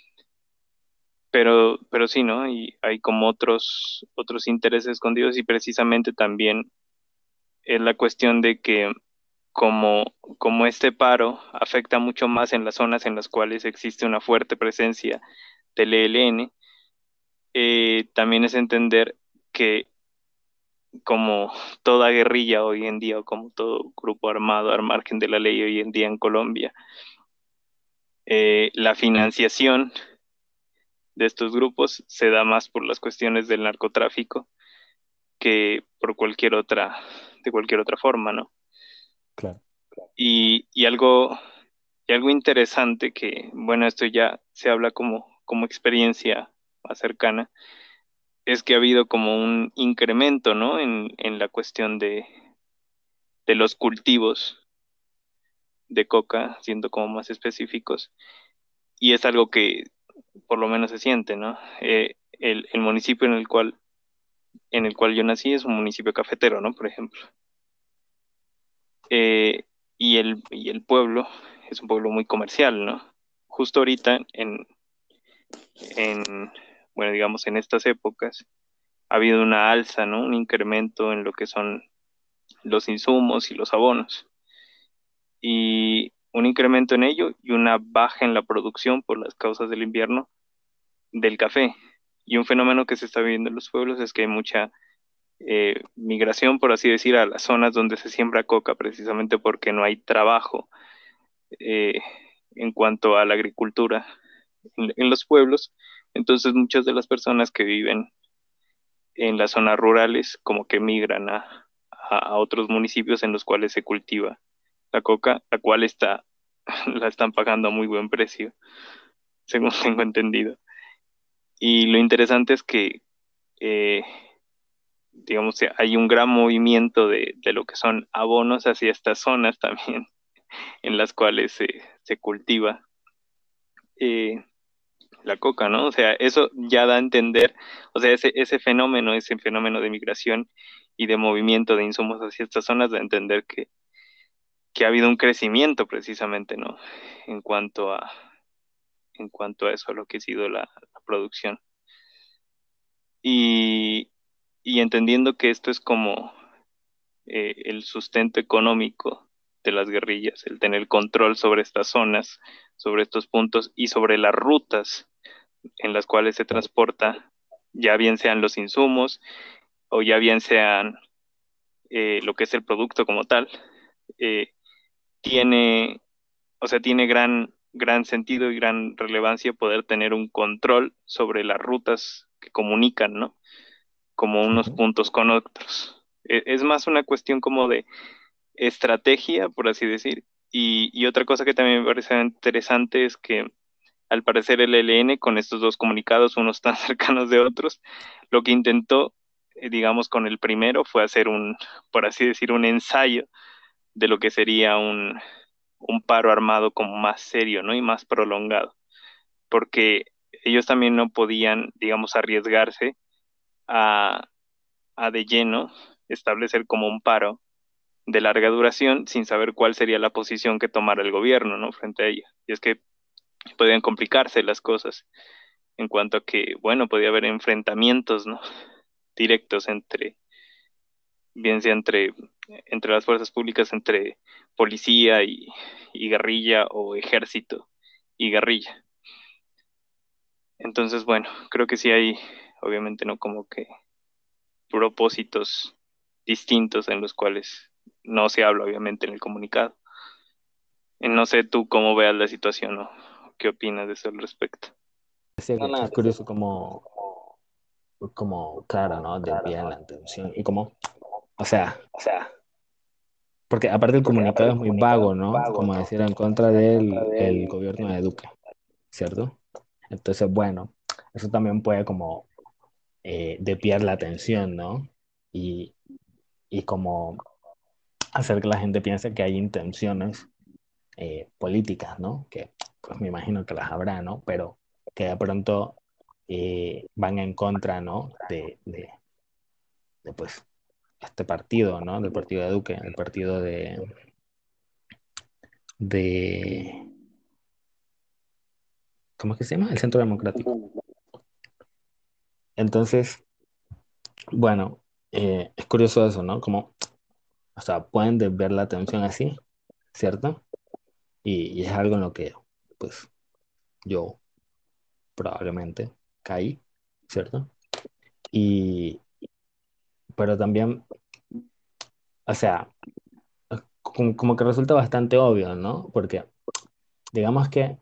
Pero sí, ¿no? Y hay como otros intereses escondidos y precisamente también es la cuestión de que como este paro afecta mucho más en las zonas en las cuales existe una fuerte presencia del ELN, también es entender que como toda guerrilla hoy en día o como todo grupo armado al margen de la ley hoy en día en Colombia, la financiación de estos grupos se da más por las cuestiones del narcotráfico que por de cualquier otra forma, ¿no? Claro. Y algo interesante que, bueno, esto ya se habla como experiencia más cercana, es que ha habido como un incremento, ¿no? En la cuestión de los cultivos de coca, siendo como más específicos, y es algo que por lo menos se siente, ¿no? El municipio en el cual yo nací es un municipio cafetero, ¿no? Por ejemplo. Y el pueblo es un pueblo muy comercial, ¿no? Justo ahorita, en, bueno, digamos, en estas épocas, ha habido una alza, ¿no? Un incremento en lo que son los insumos y los abonos. Y un incremento en ello y una baja en la producción por las causas del invierno del café. Y un fenómeno que se está viviendo en los pueblos es que hay mucha migración, por así decir, a las zonas donde se siembra coca, precisamente porque no hay trabajo eh, en cuanto a la agricultura en los pueblos. Entonces muchas de las personas que viven en las zonas rurales como que migran a otros municipios en los cuales se cultiva la coca, la cual la están pagando a muy buen precio, según tengo entendido. Y lo interesante es que, eh, digamos, hay un gran movimiento de lo que son abonos hacia estas zonas también, en las cuales se cultiva eh, la coca, ¿no? O sea, eso ya da a entender, o sea, ese fenómeno de migración y de movimiento de insumos hacia estas zonas da a entender que ha habido un crecimiento precisamente, ¿no? En cuanto a, en cuanto a eso, a lo que ha sido la producción. Y, y entendiendo que esto es como el sustento económico de las guerrillas, el tener control sobre estas zonas, sobre estos puntos y sobre las rutas en las cuales se Claro. transporta, ya bien sean los insumos o ya bien sean lo que es el producto como tal, eh, tiene, o sea, tiene gran sentido y gran relevancia poder tener un control sobre las rutas que comunican, ¿no? Como unos Ujú. puntos con otros. Es más una cuestión como de estrategia, por así decir. Y otra cosa que también me parece interesante es que al parecer el ELN, con estos dos comunicados, unos tan cercanos de otros, lo que intentó, digamos, con el primero fue hacer por así decir, un ensayo de lo que sería un paro armado como más serio, ¿no? Y más prolongado, porque ellos también no podían, digamos, arriesgarse a, a de lleno establecer como un paro de larga duración sin saber cuál sería la posición que tomara el gobierno, ¿no? Frente a ella. Y es que podían complicarse las cosas en cuanto a que, bueno, podía haber enfrentamientos, ¿no? Directos bien sea entre las fuerzas públicas, entre policía y guerrilla o ejército y guerrilla. Entonces, bueno, creo que sí hay, obviamente, ¿no? Como que propósitos distintos en los cuales no se habla, obviamente, en el comunicado. No sé tú cómo veas la situación o qué opinas de eso al respecto. Decía que es curioso como, claro, ¿no? Desvían la atención y como, o sea, porque aparte el comunicado es muy vago, ¿no? Como decir en contra del el gobierno de Duque, ¿cierto? Entonces, bueno, eso también puede como desviar la atención, ¿no? Y, y como hacer que la gente piense que hay intenciones políticas, ¿no? Que pues me imagino que las habrá, ¿no? Pero que de pronto van en contra, ¿no? De, pues este partido, ¿no? Del partido de Duque, el partido de ¿cómo es que se llama? El Centro Democrático. Entonces, bueno, es curioso eso, ¿no? Como o sea, pueden desviar la atención así, ¿cierto? Y es algo en lo que, pues, yo probablemente caí, ¿cierto? Y, pero también, o sea, como que resulta bastante obvio, ¿no? Porque digamos que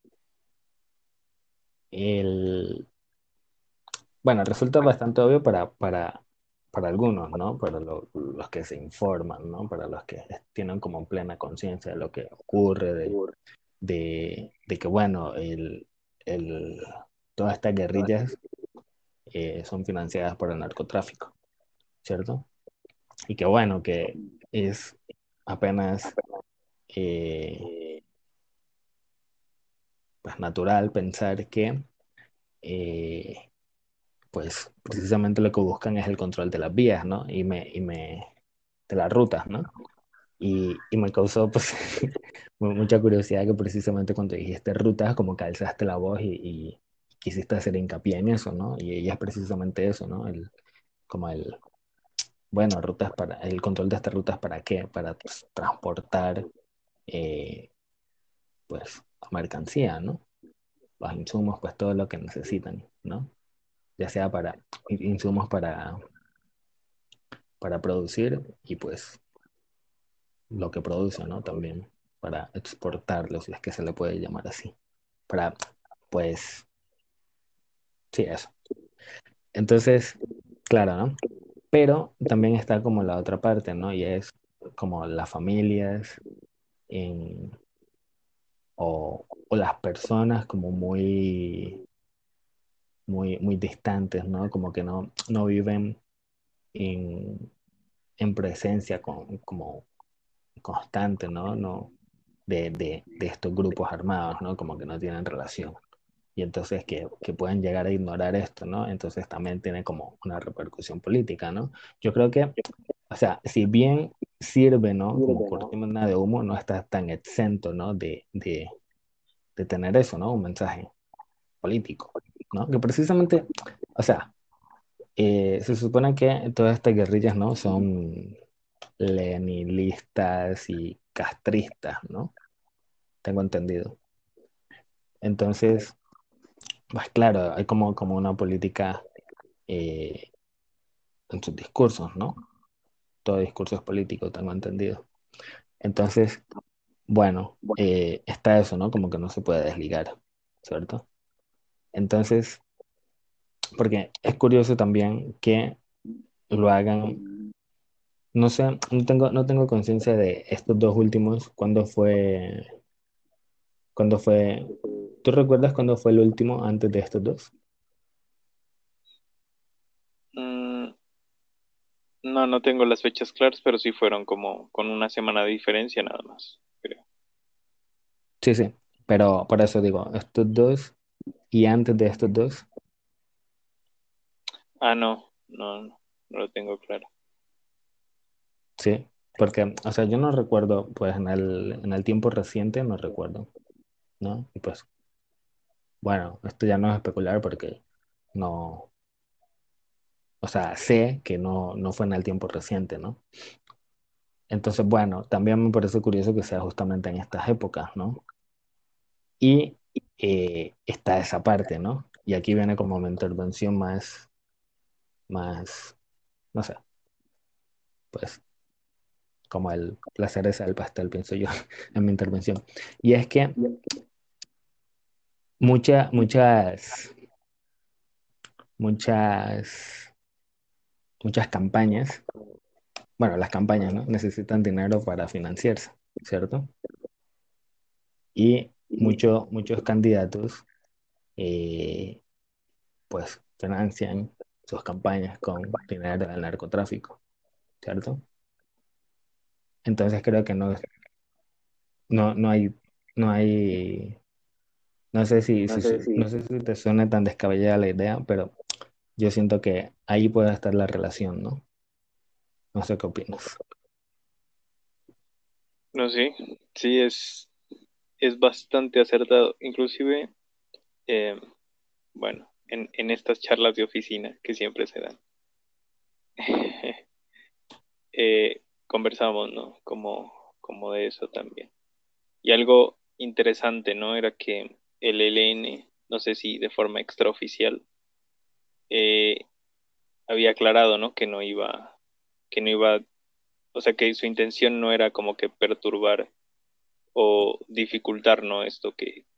el, bueno, resulta bastante obvio para algunos, ¿no? Para los que se informan, ¿no? Para los que tienen como plena conciencia de lo que ocurre, de que, bueno, el, todas estas guerrillas son financiadas por el narcotráfico, ¿cierto? Y que, bueno, que es apenas eh, pues, natural pensar que eh, pues precisamente lo que buscan es el control de las vías, ¿no? De las rutas, ¿no? Y me causó pues mucha curiosidad que precisamente cuando dijiste rutas, como que alzaste la voz y quisiste hacer hincapié en eso, ¿no? Y es precisamente eso, ¿no? Como bueno, rutas el control de estas rutas, ¿para qué? Para pues, transportar, eh, pues, mercancía, ¿no? Los insumos, pues todo lo que necesitan, ¿no? Ya sea para insumos para producir y pues lo que produce, ¿no? También para exportarlo, si es que se le puede llamar así. Para, pues, sí, eso. Entonces, claro, ¿no? Pero también está como la otra parte, ¿no? Y es como las familias en- o las personas como muy distantes, ¿no? Como que no viven en, en presencia como constante, ¿no? No, de estos grupos armados, ¿no? Como que no tienen relación. Y entonces que pueden llegar a ignorar esto, ¿no? Entonces también tiene como una repercusión política, ¿no? Yo creo que, o sea, si bien sirve, ¿no? Como cortina de humo, no está tan exento, ¿no? De tener eso, ¿no? Un mensaje político, ¿no? Que precisamente, o sea, se supone que todas estas guerrillas, ¿no? Son leninistas y castristas, ¿no? Tengo entendido. Entonces, pues claro, hay como una política eh, en sus discursos, ¿no? Todo discurso es político, tengo entendido. Entonces, bueno, está eso, ¿no? Como que no se puede desligar, ¿cierto? Entonces, porque es curioso también que lo hagan, no sé, no tengo conciencia de estos dos últimos, cuándo fue, ¿tú recuerdas cuándo fue el último antes de estos dos? Mm, no, no tengo las fechas claras, pero sí fueron como con una semana de diferencia nada más, creo. Sí, sí, pero por eso digo, estos dos y antes de estos dos, Ah, no, no, no, no lo tengo claro. sí, porque, o sea, yo no recuerdo, pues en el tiempo reciente no recuerdo, ¿no? Y pues, bueno, esto ya no es especular porque no, o sea, sé que no fue en el tiempo reciente, ¿no? Entonces, bueno, también me parece curioso que sea justamente en estas épocas, ¿no? Y está esa parte, ¿no? Y aquí viene como mi intervención más, no sé, pues como la cereza del pastel, pienso yo, en mi intervención. Y es que muchas, muchas campañas, bueno, las campañas, ¿no? Necesitan dinero para financiarse, ¿cierto? Y muchos candidatos, eh, pues, financian sus campañas con dinero del narcotráfico, ¿cierto? Entonces creo que no hay, no hay, no sé si te suena tan descabellada la idea, pero yo siento que ahí puede estar la relación, ¿no? No sé qué opinas. No, sí, sí es bastante acertado. Inclusive, eh, bueno, en estas charlas de oficina que siempre se dan. conversamos, ¿no? Como de eso también. Y algo interesante, ¿no? Era que el ELN, no sé si de forma extraoficial, eh, había aclarado, ¿no? Que no iba, o sea, que su intención no era como que perturbar o dificultar, ¿no? Esto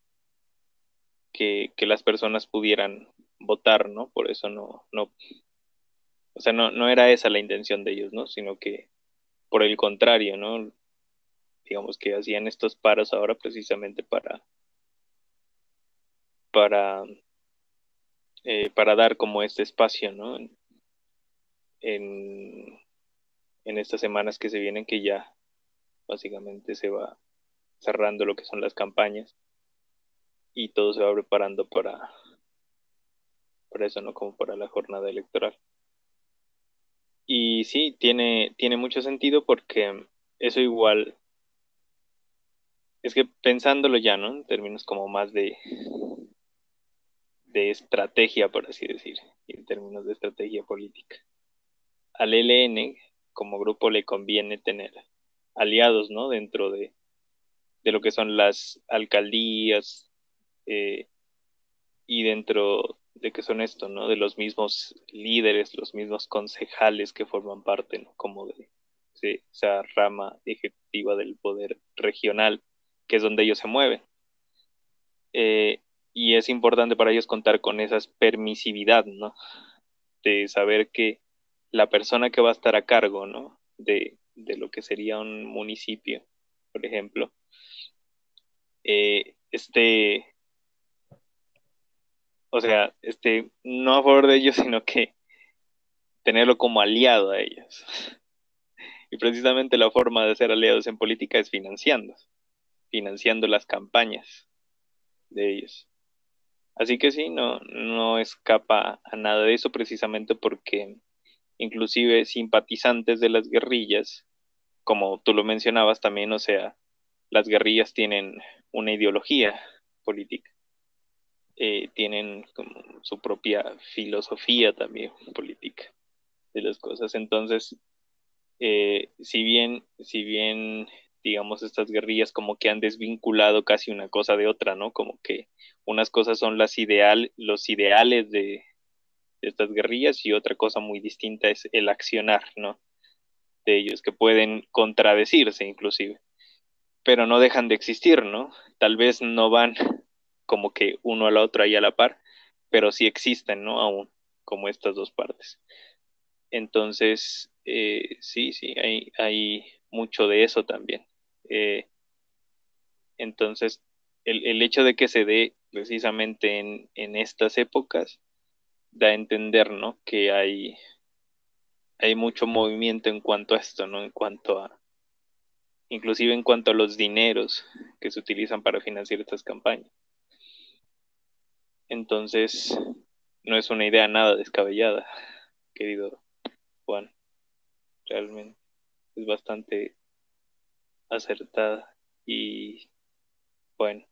que las personas pudieran votar, ¿no? Por eso no, o sea, no era esa la intención de ellos, ¿no? Sino que por el contrario, ¿no? Digamos que hacían estos paros ahora precisamente para, para dar como este espacio, ¿no? En, en estas semanas que se vienen, que ya básicamente se va cerrando lo que son las campañas y todo se va preparando para eso, ¿no? Como para la jornada electoral. Y sí, tiene mucho sentido porque eso igual, es que pensándolo ya, ¿no? En términos como más de estrategia, por así decir, y en términos de estrategia política. Al ELN como grupo le conviene tener aliados, ¿no? Dentro de lo que son las alcaldías, eh, y dentro de que son esto, ¿no? De los mismos líderes, los mismos concejales que forman parte, ¿no? Como de esa rama ejecutiva del poder regional, que es donde ellos se mueven. Y es importante para ellos contar con esa permisividad, ¿no? De saber que la persona que va a estar a cargo, ¿no? De lo que sería un municipio, por ejemplo, esté, o sea, no a favor de ellos, sino que tenerlo como aliado a ellos. Y precisamente la forma de ser aliados en política es financiando las campañas de ellos. Así que sí, no escapa a nada de eso precisamente porque inclusive simpatizantes de las guerrillas, como tú lo mencionabas también, o sea, las guerrillas tienen una ideología política, tienen como su propia filosofía también política de las cosas. Entonces, si bien, digamos, estas guerrillas como que han desvinculado casi una cosa de otra, ¿no? Como que unas cosas son los ideales de estas guerrillas y otra cosa muy distinta es el accionar, ¿no? De ellos, que pueden contradecirse inclusive, pero no dejan de existir, ¿no? Tal vez no van como que uno a la otra y a la par, pero sí existen, ¿no? Aún como estas dos partes. Entonces, sí, hay mucho de eso también. Eh, entonces, el hecho de que se dé precisamente en estas épocas da a entender, ¿no? Que hay mucho movimiento en cuanto a esto, ¿no? Inclusive en cuanto a los dineros que se utilizan para financiar estas campañas. Entonces, no es una idea nada descabellada, querido Juan, realmente es bastante acertada y bueno,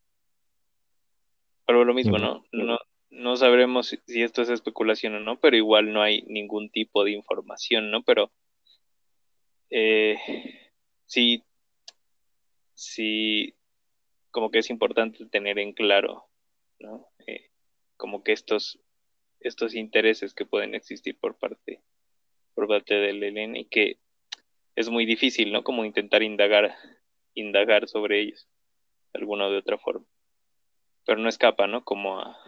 pero lo mismo, Ujú. no sabremos si esto es especulación o no, pero igual no hay ningún tipo de información, ¿no? Pero eh, sí, sí, como que es importante tener en claro, ¿no? Como que estos intereses que pueden existir por parte del ELN y que es muy difícil, ¿no? Como intentar indagar sobre ellos de alguna o de otra forma. Pero no escapa, ¿no? Como a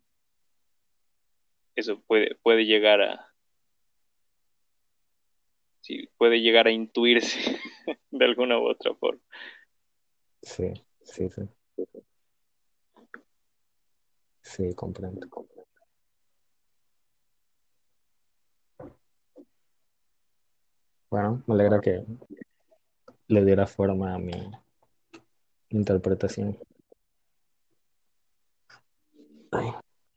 eso puede llegar sí, puede llegar a intuirse de alguna u otra forma. Sí, sí, sí, sí, comprendo. Bueno, me alegra que le diera forma a mi interpretación. Ay,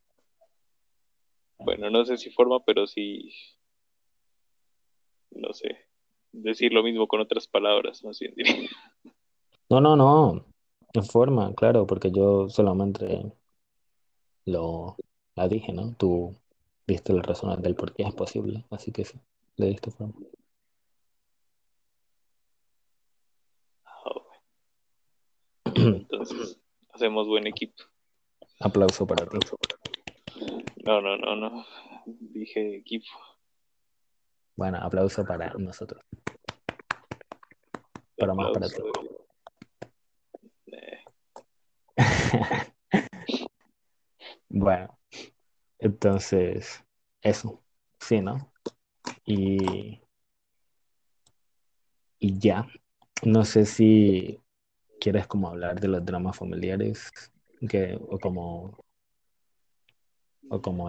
Bueno, no sé si forma, pero sí, no sé, decir lo mismo con otras palabras, más bien diría. no, no, no, en forma, claro, porque yo solamente lo la dije, ¿no? Tú diste el razón del por qué es posible, así que sí, le diste forma. Entonces, hacemos buen equipo. Aplauso para ti. No. Dije equipo. Bueno, aplauso para nosotros, pero más para ti. Aplauso. Eh, Bueno, entonces, eso, sí, ¿no? Y, y ya, no sé si quieres como hablar de los dramas familiares, o como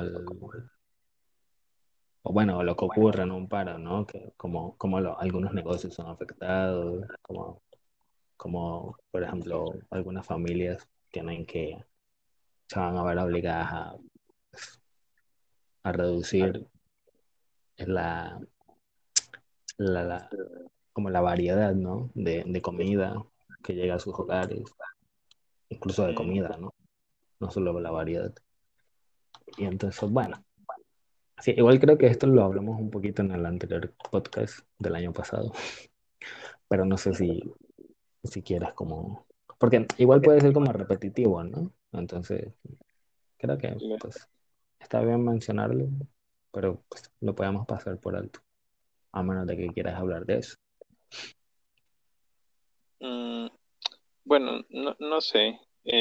o bueno, lo que ocurre en un paro, ¿no? Que como algunos negocios son afectados, como por ejemplo algunas familias tienen que, se van a ver obligadas pues, a reducir la, la, como la variedad, ¿no? De comida que llega a sus hogares, incluso de mm, comida, ¿no? No solo la variedad. Y entonces, bueno, sí, igual creo que esto lo hablamos un poquito en el anterior podcast del año pasado, pero no sé si quieres como, porque igual puede ser como repetitivo, ¿no? Entonces, creo que pues está bien mencionarlo, pero pues lo podemos pasar por alto, a menos de que quieras hablar de eso. mm, bueno, no sé.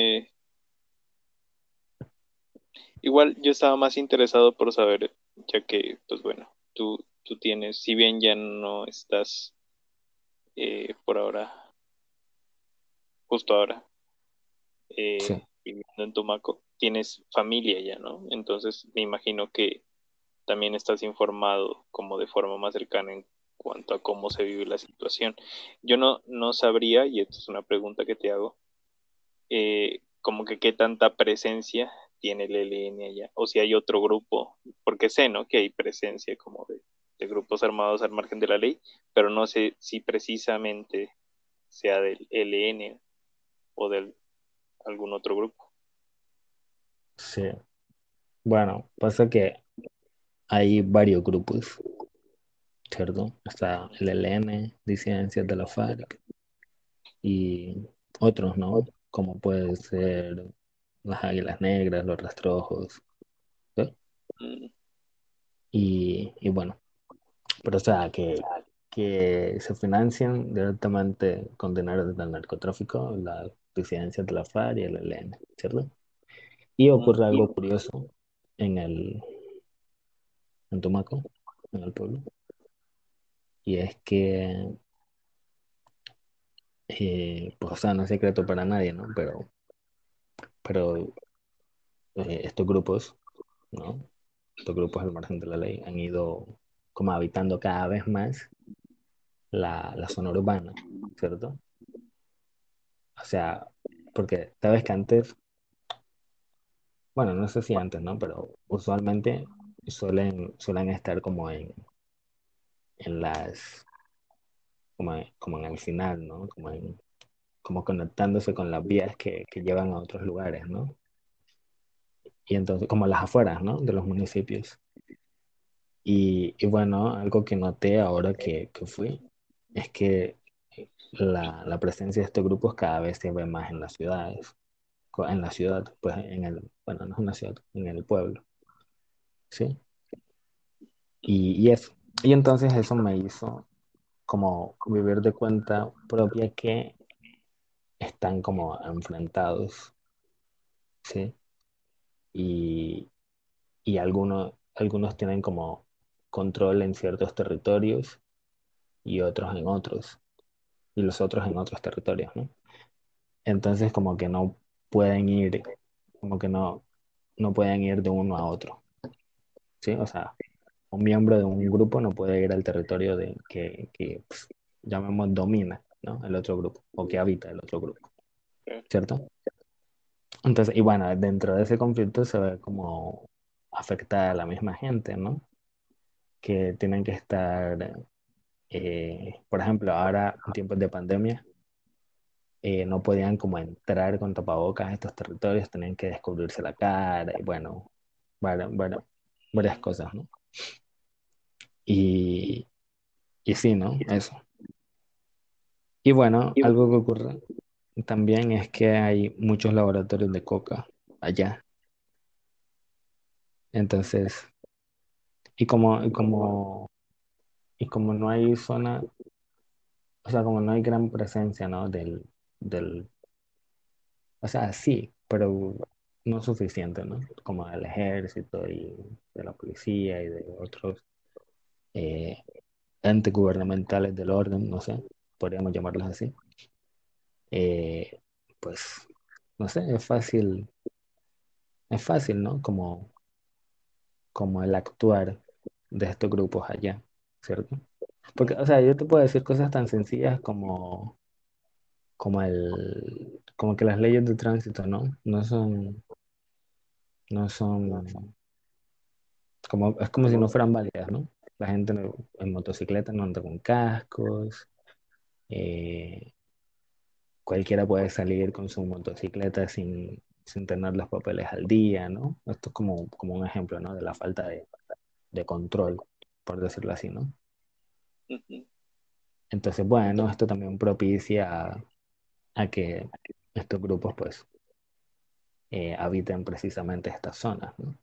Igual yo estaba más interesado por saber, ya que, pues bueno, tú tienes, si bien ya no estás por ahora, justo ahora, viviendo en Tumaco, tienes familia ya, ¿no? Entonces me imagino que también estás informado como de forma más cercana en cuanto a cómo se vive la situación. Yo no sabría, y esta es una pregunta que te hago, como que qué tanta presencia tiene el ELN allá, o si hay otro grupo, porque sé, ¿no? Que hay presencia como de grupos armados al margen de la ley, pero no sé si precisamente sea del ELN o de algún otro grupo. Sí, bueno, pasa que hay varios grupos, ¿cierto? Está el ELN, disidencias de la FARC y otros, ¿no? Como puede ser las Águilas Negras, los Rastrojos, ¿sí? Mm, Y bueno, pero o sea, que se financian directamente con dinero del narcotráfico, las disidencias de la FARC y el ELN, ¿cierto? Y ocurre mm, algo curioso en en Tumaco, en el pueblo, y es que, pues o sea, no es secreto para nadie, ¿no? Pero estos grupos, ¿no? Estos grupos al margen de la ley han ido como habitando cada vez más la zona urbana, ¿cierto? O sea, porque sabes que antes, bueno, no sé si antes, ¿no? Pero usualmente suelen estar como en como en el final, ¿no? Como conectándose con las vías que llevan a otros lugares, ¿no? Y entonces, como las afueras, ¿no? De los municipios. Y bueno, algo que noté ahora que fui es que la presencia de estos grupos cada vez se ve más en las ciudades, en la ciudad, pues bueno, no es una ciudad, en el pueblo, ¿sí? Y eso. Y entonces eso me hizo como vivir de cuenta propia que están como enfrentados, ¿sí? Y, y algunos tienen como control en ciertos territorios y otros en otros, y los otros en otros territorios, ¿no? Entonces como que no pueden ir, como que no pueden ir de uno a otro, ¿sí? O sea, un miembro de un grupo no puede ir al territorio que pues, llamemos domina, ¿no? El otro grupo, o que habita el otro grupo, ok. ¿cierto? Entonces, y bueno, dentro de ese conflicto se ve como afecta a la misma gente, ¿no? Que tienen que estar, por ejemplo, ahora en tiempos de pandemia, no podían como entrar con tapabocas a estos territorios, tenían que descubrirse la cara y bueno, varias Mm, cosas, ¿no? Y, y sí, ¿no? Eso. Y bueno, algo que ocurre. también es que hay muchos laboratorios de coca allá. Entonces, y como, y como, y como no hay zona, o sea, como no hay gran presencia, ¿no? Del, o sea, sí, pero no suficiente, ¿no? Como del ejército y de la policía y de otros eh, entes gubernamentales del orden, no sé, podríamos llamarlos así. eh, pues, no sé, es fácil, ¿no? Como el actuar de estos grupos allá, ¿cierto? Porque, o sea, yo te puedo decir cosas tan sencillas como que las leyes de tránsito, ¿no? No son, es como si no fueran válidas, ¿no? La gente en motocicleta no anda con cascos, eh, cualquiera puede salir con su motocicleta sin tener los papeles al día, ¿no? Esto es como un ejemplo, ¿no? De la falta de control, por decirlo así, ¿no? Ujú. Entonces, bueno, esto también propicia a que estos grupos, pues, habiten precisamente estas zonas, ¿no?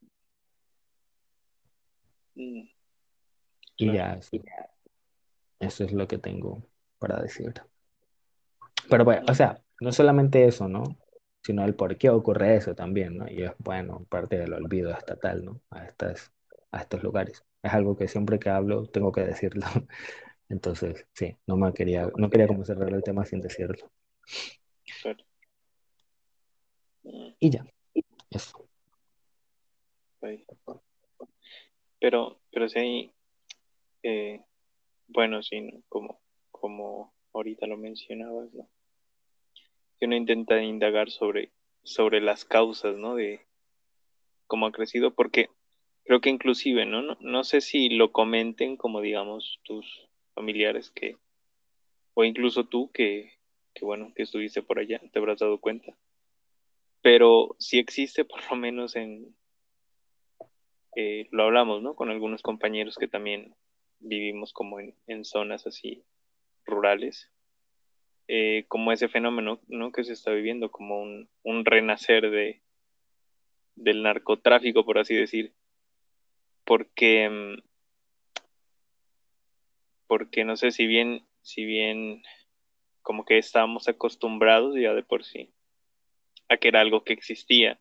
Mm, Y claro. ya, eso es lo que tengo para decir. Pero bueno, o Mm, sea, no solamente eso, ¿no? Sino el por qué ocurre eso también, ¿no? Y es, bueno, parte del olvido estatal, ¿no? A estos lugares. Es algo que siempre que hablo tengo que decirlo. Entonces, sí, no quería como cerrar el tema sin decirlo. claro. Mm, Y ya, eso. ahí. Pero sí hay, eh, bueno, sí, ¿no? Como ahorita lo mencionabas, ¿no? Que uno intenta indagar sobre las causas, ¿no? De cómo ha crecido, porque creo que inclusive, ¿no? No sé si lo comenten como, digamos, tus familiares o incluso tú que bueno, que estuviste por allá, te habrás dado cuenta. Pero sí existe, por lo menos lo hablamos, ¿no? Con algunos compañeros que también vivimos como en zonas así rurales, como ese fenómeno, ¿no? Que se está viviendo, como un renacer del narcotráfico, por así decir, porque, porque no sé, si bien como que estábamos acostumbrados ya de por sí a que era algo que existía,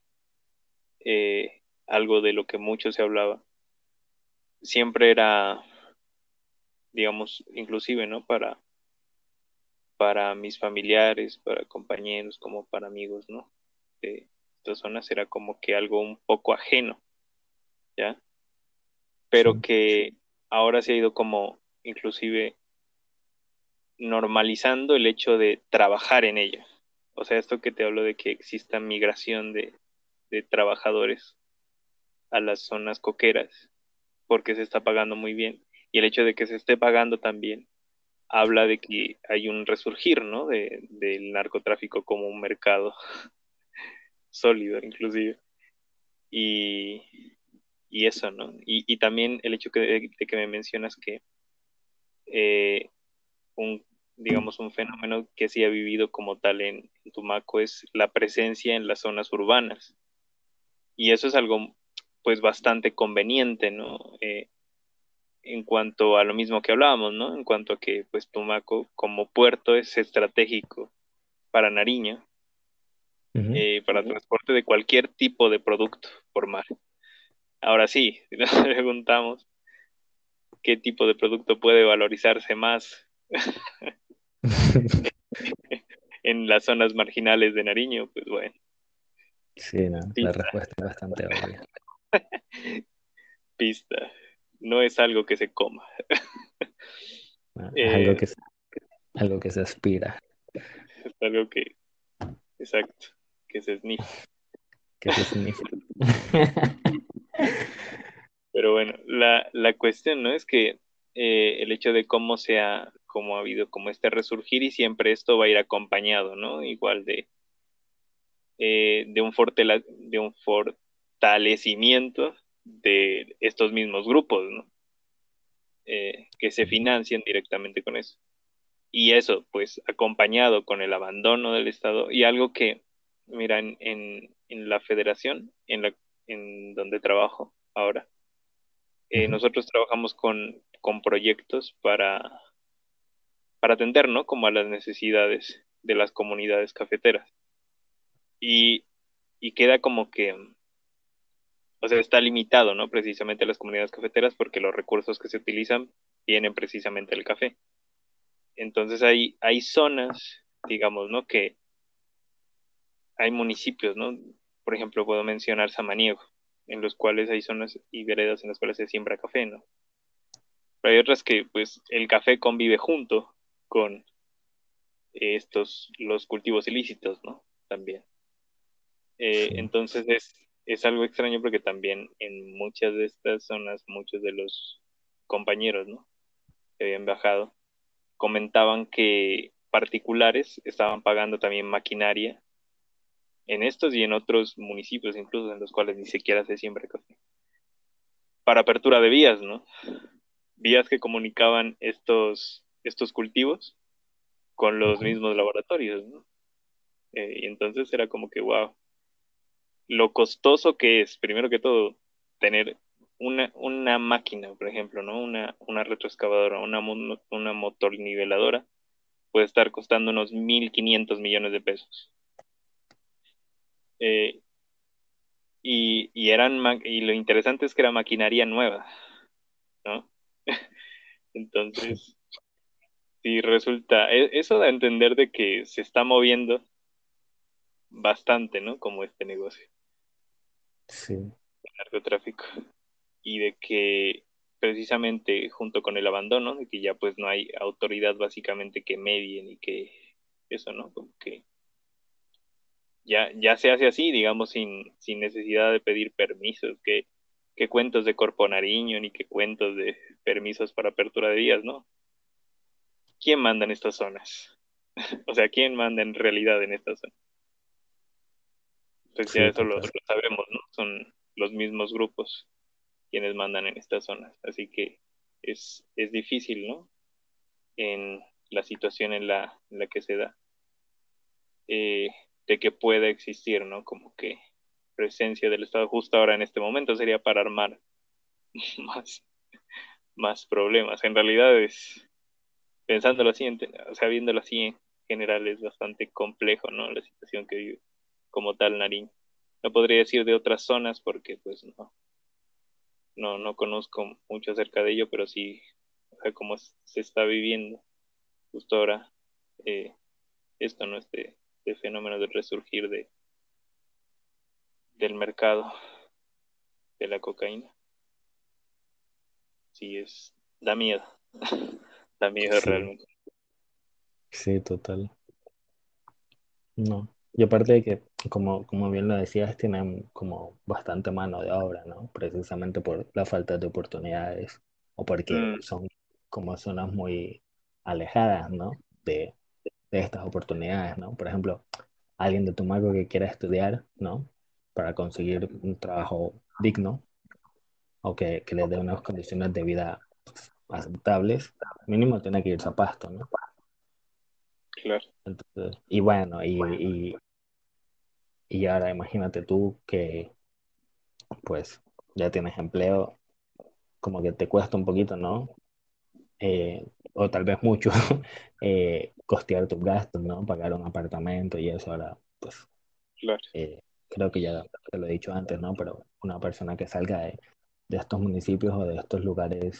algo de lo que mucho se hablaba, siempre era, digamos, inclusive, ¿no? Para mis familiares, para compañeros, como para amigos, ¿no? De estas zonas era como que algo un poco ajeno, ¿ya? Pero Sí, que ahora se ha ido como inclusive normalizando el hecho de trabajar en ello. O sea, esto que te hablo de que exista migración de trabajadores a las zonas coqueras, porque se está pagando muy bien. Y el hecho de que se esté pagando también habla de que hay un resurgir, ¿no? Del narcotráfico como un mercado sólido, inclusive. Y, y eso, ¿no? Y también el hecho de que me mencionas que eh, un, digamos, un fenómeno que sí ha vivido como tal en Tumaco es la presencia en las zonas urbanas. Y eso es algo, pues, bastante conveniente, ¿no? En cuanto a lo mismo que hablábamos, ¿no? En cuanto a que, pues, Tumaco como puerto es estratégico para Nariño, ujú. para transporte de cualquier tipo de producto por mar. Ahora sí, si nos preguntamos qué tipo de producto puede valorizarse más en las zonas marginales de Nariño, pues bueno, Sí, no, la pista, respuesta es bastante obvia. pista. No es algo que se coma. ¿No? Es Eh, algo que se aspira, es algo que, exacto, que se sniff. que se significa. Pero bueno, la cuestión, ¿no? Es que el hecho de cómo ha habido como este resurgir y siempre esto va a ir acompañado, ¿no? Igual de un fortalecimiento de estos mismos grupos, ¿no? Que se financian directamente con eso. Y eso, pues, acompañado con el abandono del Estado y algo que, mira, en la federación, en donde trabajo ahora, Ujú. nosotros trabajamos con proyectos para atender, ¿no? Como a las necesidades de las comunidades cafeteras. Y, y queda como que, o sea, está limitado, ¿no? Precisamente a las comunidades cafeteras porque los recursos que se utilizan vienen precisamente del café. Entonces hay zonas, digamos, ¿no? Que hay municipios, ¿no? Por ejemplo, puedo mencionar Samaniego, en los cuales hay zonas y veredas en las cuales se siembra café, ¿no? Pero hay otras que, pues, el café convive junto con los cultivos ilícitos, ¿no? También. Sí, Entonces es algo extraño porque también en muchas de estas zonas, muchos de los compañeros, ¿no? Que habían viajado, comentaban que particulares estaban pagando también maquinaria en estos y en otros municipios, incluso en los cuales ni siquiera se siembra café, para apertura de vías, ¿no? Vías que comunicaban estos cultivos con los ujú, mismos laboratorios, ¿no? Y entonces era como que, wow, lo costoso que es, primero que todo, tener una máquina, por ejemplo, ¿no? Una retroexcavadora, una motorniveladora, puede estar costando unos 1.500 millones de pesos. Eh, y lo interesante es que era maquinaria nueva, ¿no? sí, Entonces, sí resulta, eso da a entender de que se está moviendo bastante, ¿no? Como este negocio, sí, el narcotráfico, y de que precisamente junto con el abandono, de que ya pues no hay autoridad básicamente que medie ni que eso, ¿no? Como que ya se hace así, digamos, sin necesidad de pedir permisos, que cuentos de Corpo Nariño, ni que cuentos de permisos para apertura de vías, ¿no? ¿Quién manda en estas zonas? O sea, ¿quién manda en realidad en estas zonas? Pues ya sí, eso lo total. sabemos, ¿no? Son los mismos grupos quienes mandan en estas zonas. Así que es difícil, ¿no? En la situación en la que se da, eh, de que pueda existir, ¿no? Como que presencia del Estado justo ahora en este momento sería para armar más, más problemas. En realidad pensándolo así, o sea, viéndolo así en general es bastante complejo, ¿no? La situación que vive como tal Nariño. No podría decir de otras zonas porque pues no conozco mucho acerca de ello, pero sí, o sea, cómo se está viviendo justo ahora eh, esto, ¿no? Este fenómeno del resurgir del mercado de la cocaína. Sí, da miedo, da miedo Sí, realmente. sí, total. No. Y aparte de que, como bien lo decías, tienen como bastante mano de obra, ¿no? Precisamente por la falta de oportunidades o porque Mm, son como zonas muy alejadas, ¿no? De estas oportunidades, ¿no? Por ejemplo, alguien de Tumaco que quiera estudiar, ¿no? Para conseguir un trabajo digno o que le dé unas condiciones de vida aceptables, mínimo tiene que irse a Pasto, ¿no? claro, Entonces, y bueno, y ahora imagínate tú que pues ya tienes empleo, como que te cuesta un poquito, ¿no? O tal vez mucho, costear tus gastos, ¿no? Pagar un apartamento y eso ahora, pues claro. creo que ya te lo he dicho antes, ¿no? Pero una persona que salga de estos municipios o de estos lugares,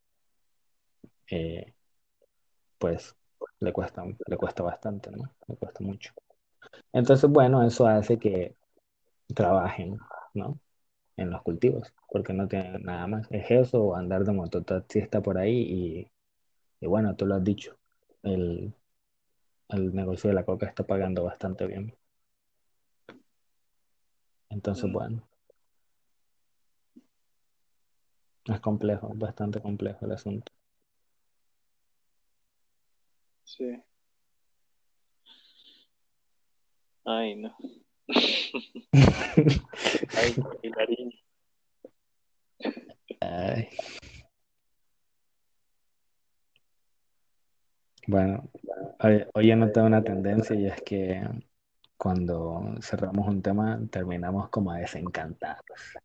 eh, pues le cuesta bastante, ¿no? Le cuesta mucho. Entonces, bueno, eso hace que trabajen, ¿no? En los cultivos, porque no tienen nada más. Es eso o andar de mototaxista por ahí y bueno, tú lo has dicho, el, el negocio de la coca está pagando bastante bien. Entonces, Mm, bueno, es complejo, bastante complejo el asunto. sí. Ay, no. Ay, Hilarín. Ay, Bueno, hoy he notado una tendencia y es que cuando cerramos un tema terminamos como desencantados.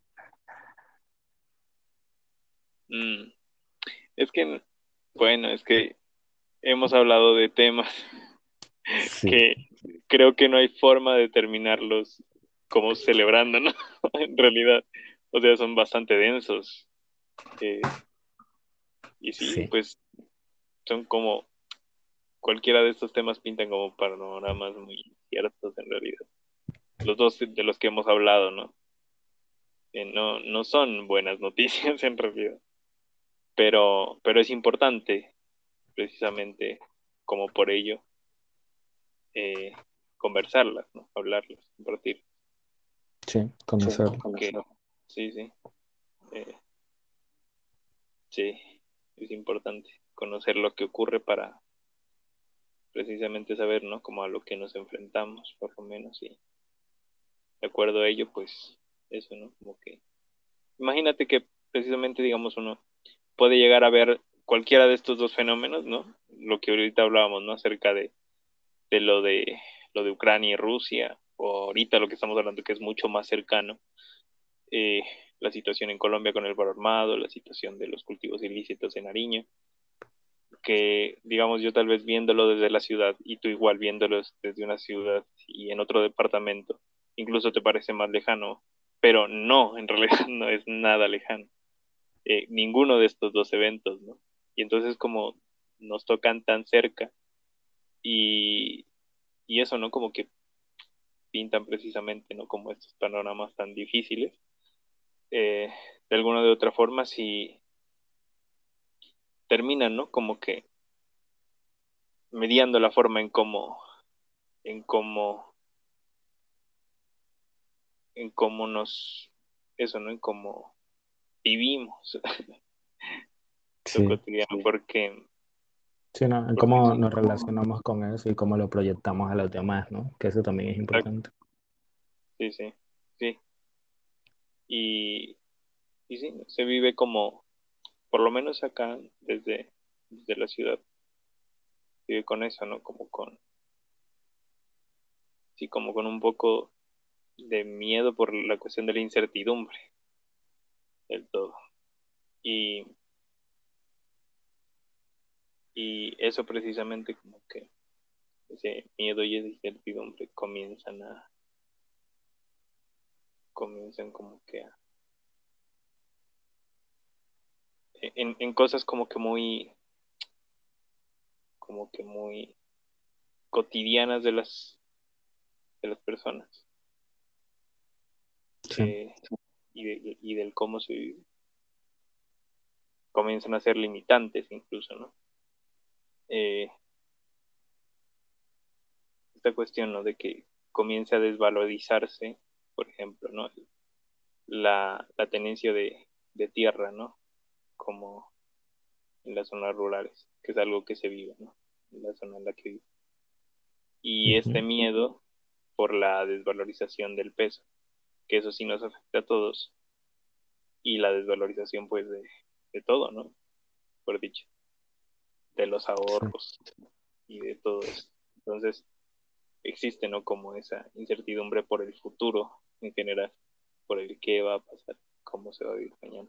Mm, Es que, bueno, es que hemos hablado de temas Sí, que creo que no hay forma de terminarlos como celebrando, ¿no? En realidad, o sea, son bastante densos. eh, y sí, sí, pues son como cualquiera de estos temas pintan como panoramas muy ciertos en realidad. Los dos de los que hemos hablado, ¿no? No son buenas noticias en realidad, pero es importante precisamente como por ello eh, conversarlas, ¿no? Hablarlas, compartir. sí, Sí, conocerlo. que, sí, sí, eh, sí, es importante conocer lo que ocurre para precisamente saber, ¿no? Como a lo que nos enfrentamos, por lo menos, y de acuerdo a ello, pues eso, ¿no? Como que, imagínate que precisamente, digamos, uno puede llegar a ver cualquiera de estos dos fenómenos, ¿no? Lo que ahorita hablábamos, ¿no? Acerca de lo de Ucrania y Rusia, o ahorita lo que estamos hablando que es mucho más cercano, eh, la situación en Colombia con el paro armado, la situación de los cultivos ilícitos en Nariño, que digamos yo tal vez viéndolo desde la ciudad y tú igual viéndolo desde una ciudad y en otro departamento, incluso te parece más lejano, pero no, en realidad no es nada lejano, ninguno de estos dos eventos, ¿no? Y entonces como nos tocan tan cerca y, y eso, ¿no? Como que pintan precisamente, ¿no? Como estos panoramas tan difíciles, eh, de alguna de otra forma sí terminan, ¿no? Como que mediando la forma en cómo, en cómo nos, eso, ¿no? En cómo vivimos lo Sí, cotidiano, porque, sí, ¿no? En porque cómo sí, nos relacionamos con eso y cómo lo proyectamos a los demás, ¿no? Que eso también es exacto, importante. sí, sí, sí, y, y sí, se vive como, por lo menos acá, desde la ciudad, vive con eso, ¿no? Como con, sí, como con un poco de miedo por la cuestión de la incertidumbre del todo. Y, y eso precisamente como que ese miedo y esa incertidumbre comienzan como que en cosas como que muy cotidianas de las personas, Sí, eh, y del cómo se vive. Comienzan a ser limitantes incluso, ¿no? Eh, esta cuestión, ¿no? De que comience a desvalorizarse, por ejemplo, ¿no? La tenencia de tierra, ¿no? Como en las zonas rurales, que es algo que se vive, ¿no? En la zona en la que vive. Y este ujú, miedo por la desvalorización del peso, que eso sí nos afecta a todos, y la desvalorización pues de todo, ¿no? Por dicho, de los sí, ahorros y de todo esto. Entonces, existe, ¿no? Como esa incertidumbre por el futuro en general, por el qué va a pasar, cómo se va a vivir mañana.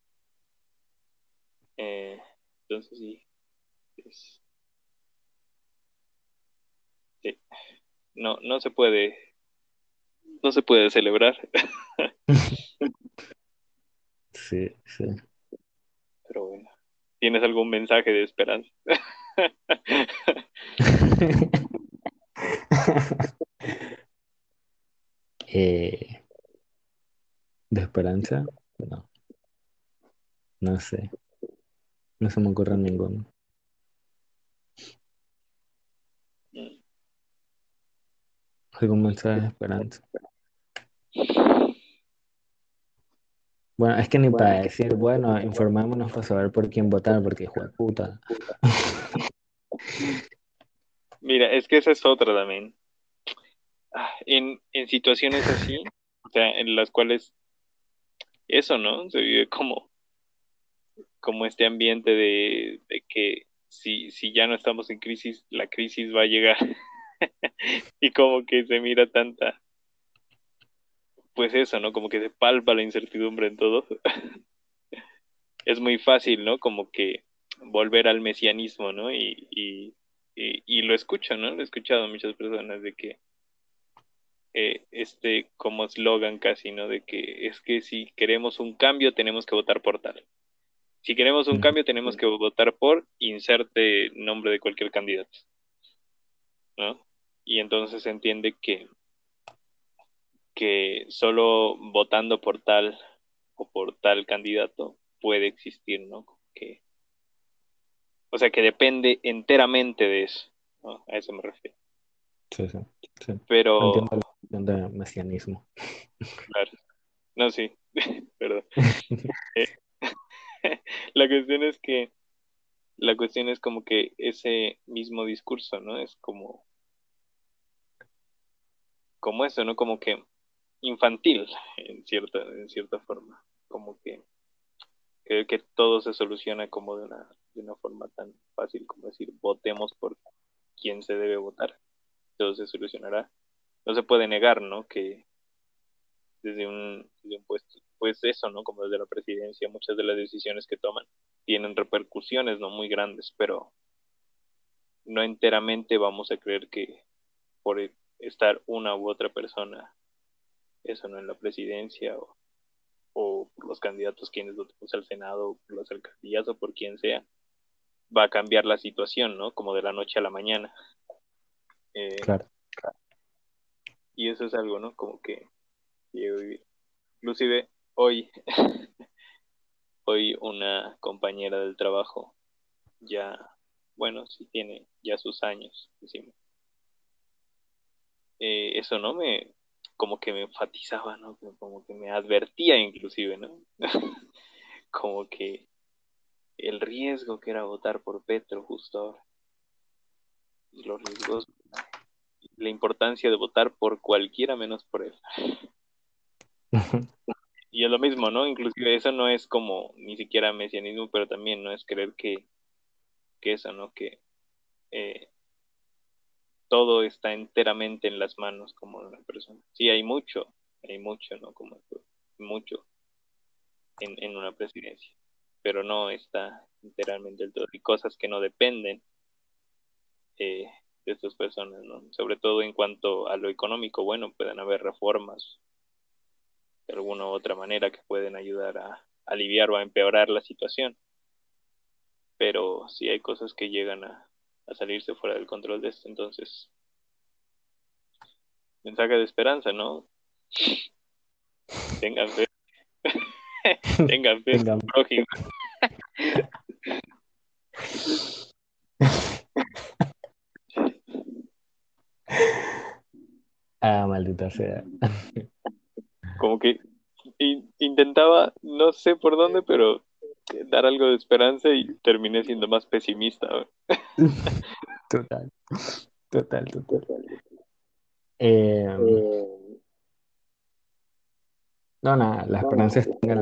Eh, entonces, sí, es- sí, no se puede, no se puede celebrar, sí, sí. pero bueno, ¿tienes algún mensaje de esperanza? Eh, ¿De esperanza? No, no sé. No se me ocurre ninguno. ¿Algún mensaje de esperanza? Bueno, es que ni para decir, bueno, informémonos para saber por quién votar, porque hijo de puta. Mira, es que esa es otra también. En situaciones así, o sea, en las cuales eso, ¿no? Se vive como este ambiente de que si ya no estamos en crisis, la crisis va a llegar. Y como que se mira tanta, pues eso, ¿no? Como que se palpa la incertidumbre en todo. Es muy fácil, ¿no? Como que volver al mesianismo, ¿no? Y lo escucho, ¿no? Lo he escuchado a muchas personas de que como eslogan casi, ¿no? De que es que si queremos un cambio tenemos que votar por tal. Si queremos un Ujú. cambio tenemos que votar por inserte nombre de cualquier candidato, ¿no? Y entonces se entiende que solo votando por tal o por tal candidato puede existir, ¿no? O sea, que depende enteramente de eso, ¿no? A eso me refiero. Sí, sí, sí. Pero, Entiendo la cuestión de mesianismo. claro, no, sí, perdón. Eh, la cuestión es que, la cuestión es como que ese mismo discurso, ¿no? Es como eso, ¿no? Como que infantil, en cierta forma. Como que todo se soluciona como de una forma tan fácil como decir, votemos por quién se debe votar. Todo se solucionará. No se puede negar, ¿no? Que desde un puesto, pues eso, ¿no? Como desde la presidencia, muchas de las decisiones que toman tienen repercusiones, ¿no? Muy grandes, pero no enteramente vamos a creer que por estar una u otra persona, eso, ¿no? En la presidencia o por los candidatos quienes votemos al Senado, o por las alcaldías o por quien sea, va a cambiar la situación, ¿no? Como de la noche a la mañana. Eh, Claro. y eso es algo, ¿no? Como que llego a vivir. Inclusive hoy, hoy una compañera del trabajo ya, bueno, sí tiene ya sus años encima. Eso no como que me enfatizaba, ¿no? Como que me advertía inclusive, ¿no? Como que el riesgo que era votar por Petro justo ahora, y los riesgos, la importancia de votar por cualquiera menos por él. Y es lo mismo, ¿no? Inclusive eso no es como ni siquiera mesianismo, pero también no es creer que eso, ¿no? Que eh, todo está enteramente en las manos como de una persona. Sí, hay mucho, ¿no? Como mucho en una presidencia, pero no está enteramente del todo. Hay cosas que no dependen eh, de estas personas, ¿no? Sobre todo en cuanto a lo económico, bueno, pueden haber reformas de alguna u otra manera que pueden ayudar a aliviar o a empeorar la situación, pero sí hay cosas que llegan a salirse fuera del control de esto, entonces, mensaje de esperanza, ¿no? Tengan fe, tengan fe en su Tengan. prójimo. Ah, maldita sea. Como que intentaba, no sé por dónde, pero dar algo de esperanza y terminé siendo más pesimista, ¿no? Total, total, total. Eh, no, nada, la esperanza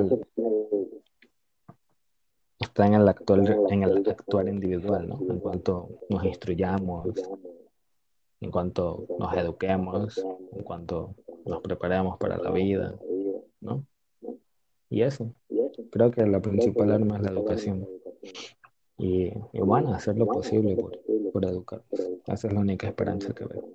está en el actuar individual, ¿no? En cuanto nos instruyamos, en cuanto nos eduquemos, en cuanto nos preparemos para la vida, ¿no? Y eso, creo que la principal arma es la educación. Y bueno, hacer lo posible por educar. Esa es la única esperanza que veo.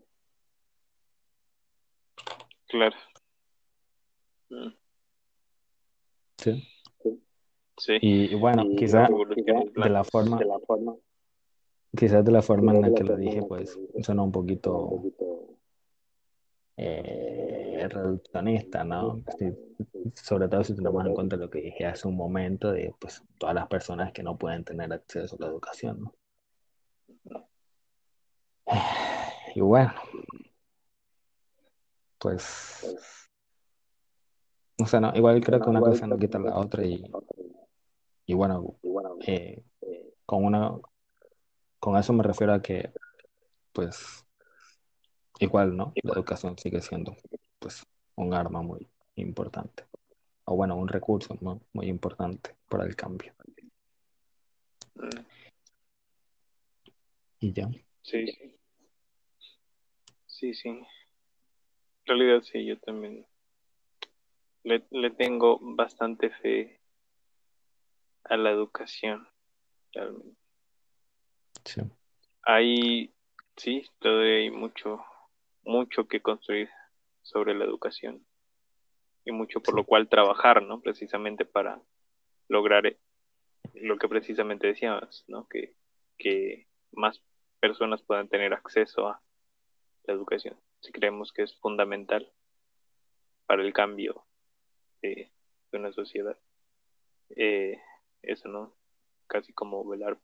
Claro. Mm, Sí. sí, Y bueno, la revolución es de la blanca. forma, quizás de la forma en la que lo dije, pues suena un poquito reduccionista, ¿no? Sí, sobre todo si tenemos en cuenta lo que dije hace un momento de pues todas las personas que no pueden tener acceso a la educación, ¿no? Y bueno, pues, o sea, no, igual creo que una cosa no quita la otra y bueno, eh, con una, con eso me refiero a que pues igual, ¿no? La educación sigue siendo pues un arma muy importante, o bueno, un recurso muy importante para el cambio. Mm, y ya. Sí, sí, sí. En realidad sí, yo también le tengo bastante fe a la educación, realmente. Sí, Hay, sí, todavía hay mucho, mucho que construir sobre la educación y mucho por sí, lo cual trabajar, ¿no? Precisamente para lograr lo que precisamente decíamos, ¿no? Que más personas puedan tener acceso a la educación. Si creemos que es fundamental para el cambio de una sociedad. Eh, Eso, ¿no? Casi como velar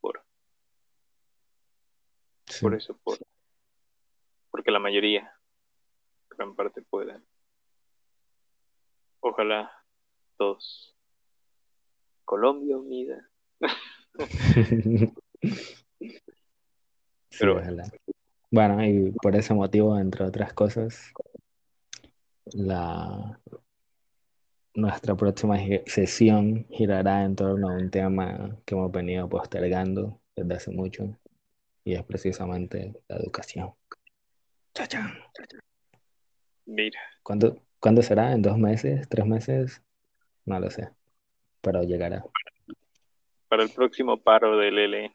por sí. eso, porque la mayoría, gran parte puedan. Ojalá todos. Colombia unida. Sí, Pero bueno, ojalá. Bueno, y por ese motivo, entre otras cosas, la, nuestra próxima sesión girará en torno a un tema que hemos venido postergando desde hace mucho, y es precisamente la educación. Chachán. mira, ¿Cuándo será? ¿En 2 meses? ¿3 meses? No lo sé, pero llegará. para el próximo paro del L.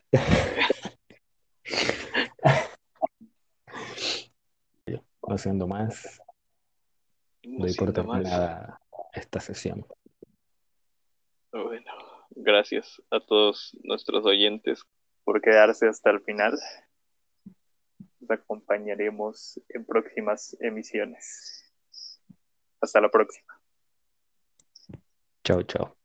No siendo más, No doy por siendo más. terminada esta sesión. Bueno, gracias a todos nuestros oyentes. Por quedarse hasta el final. Nos acompañaremos en próximas emisiones. Hasta la próxima. Chao, chao.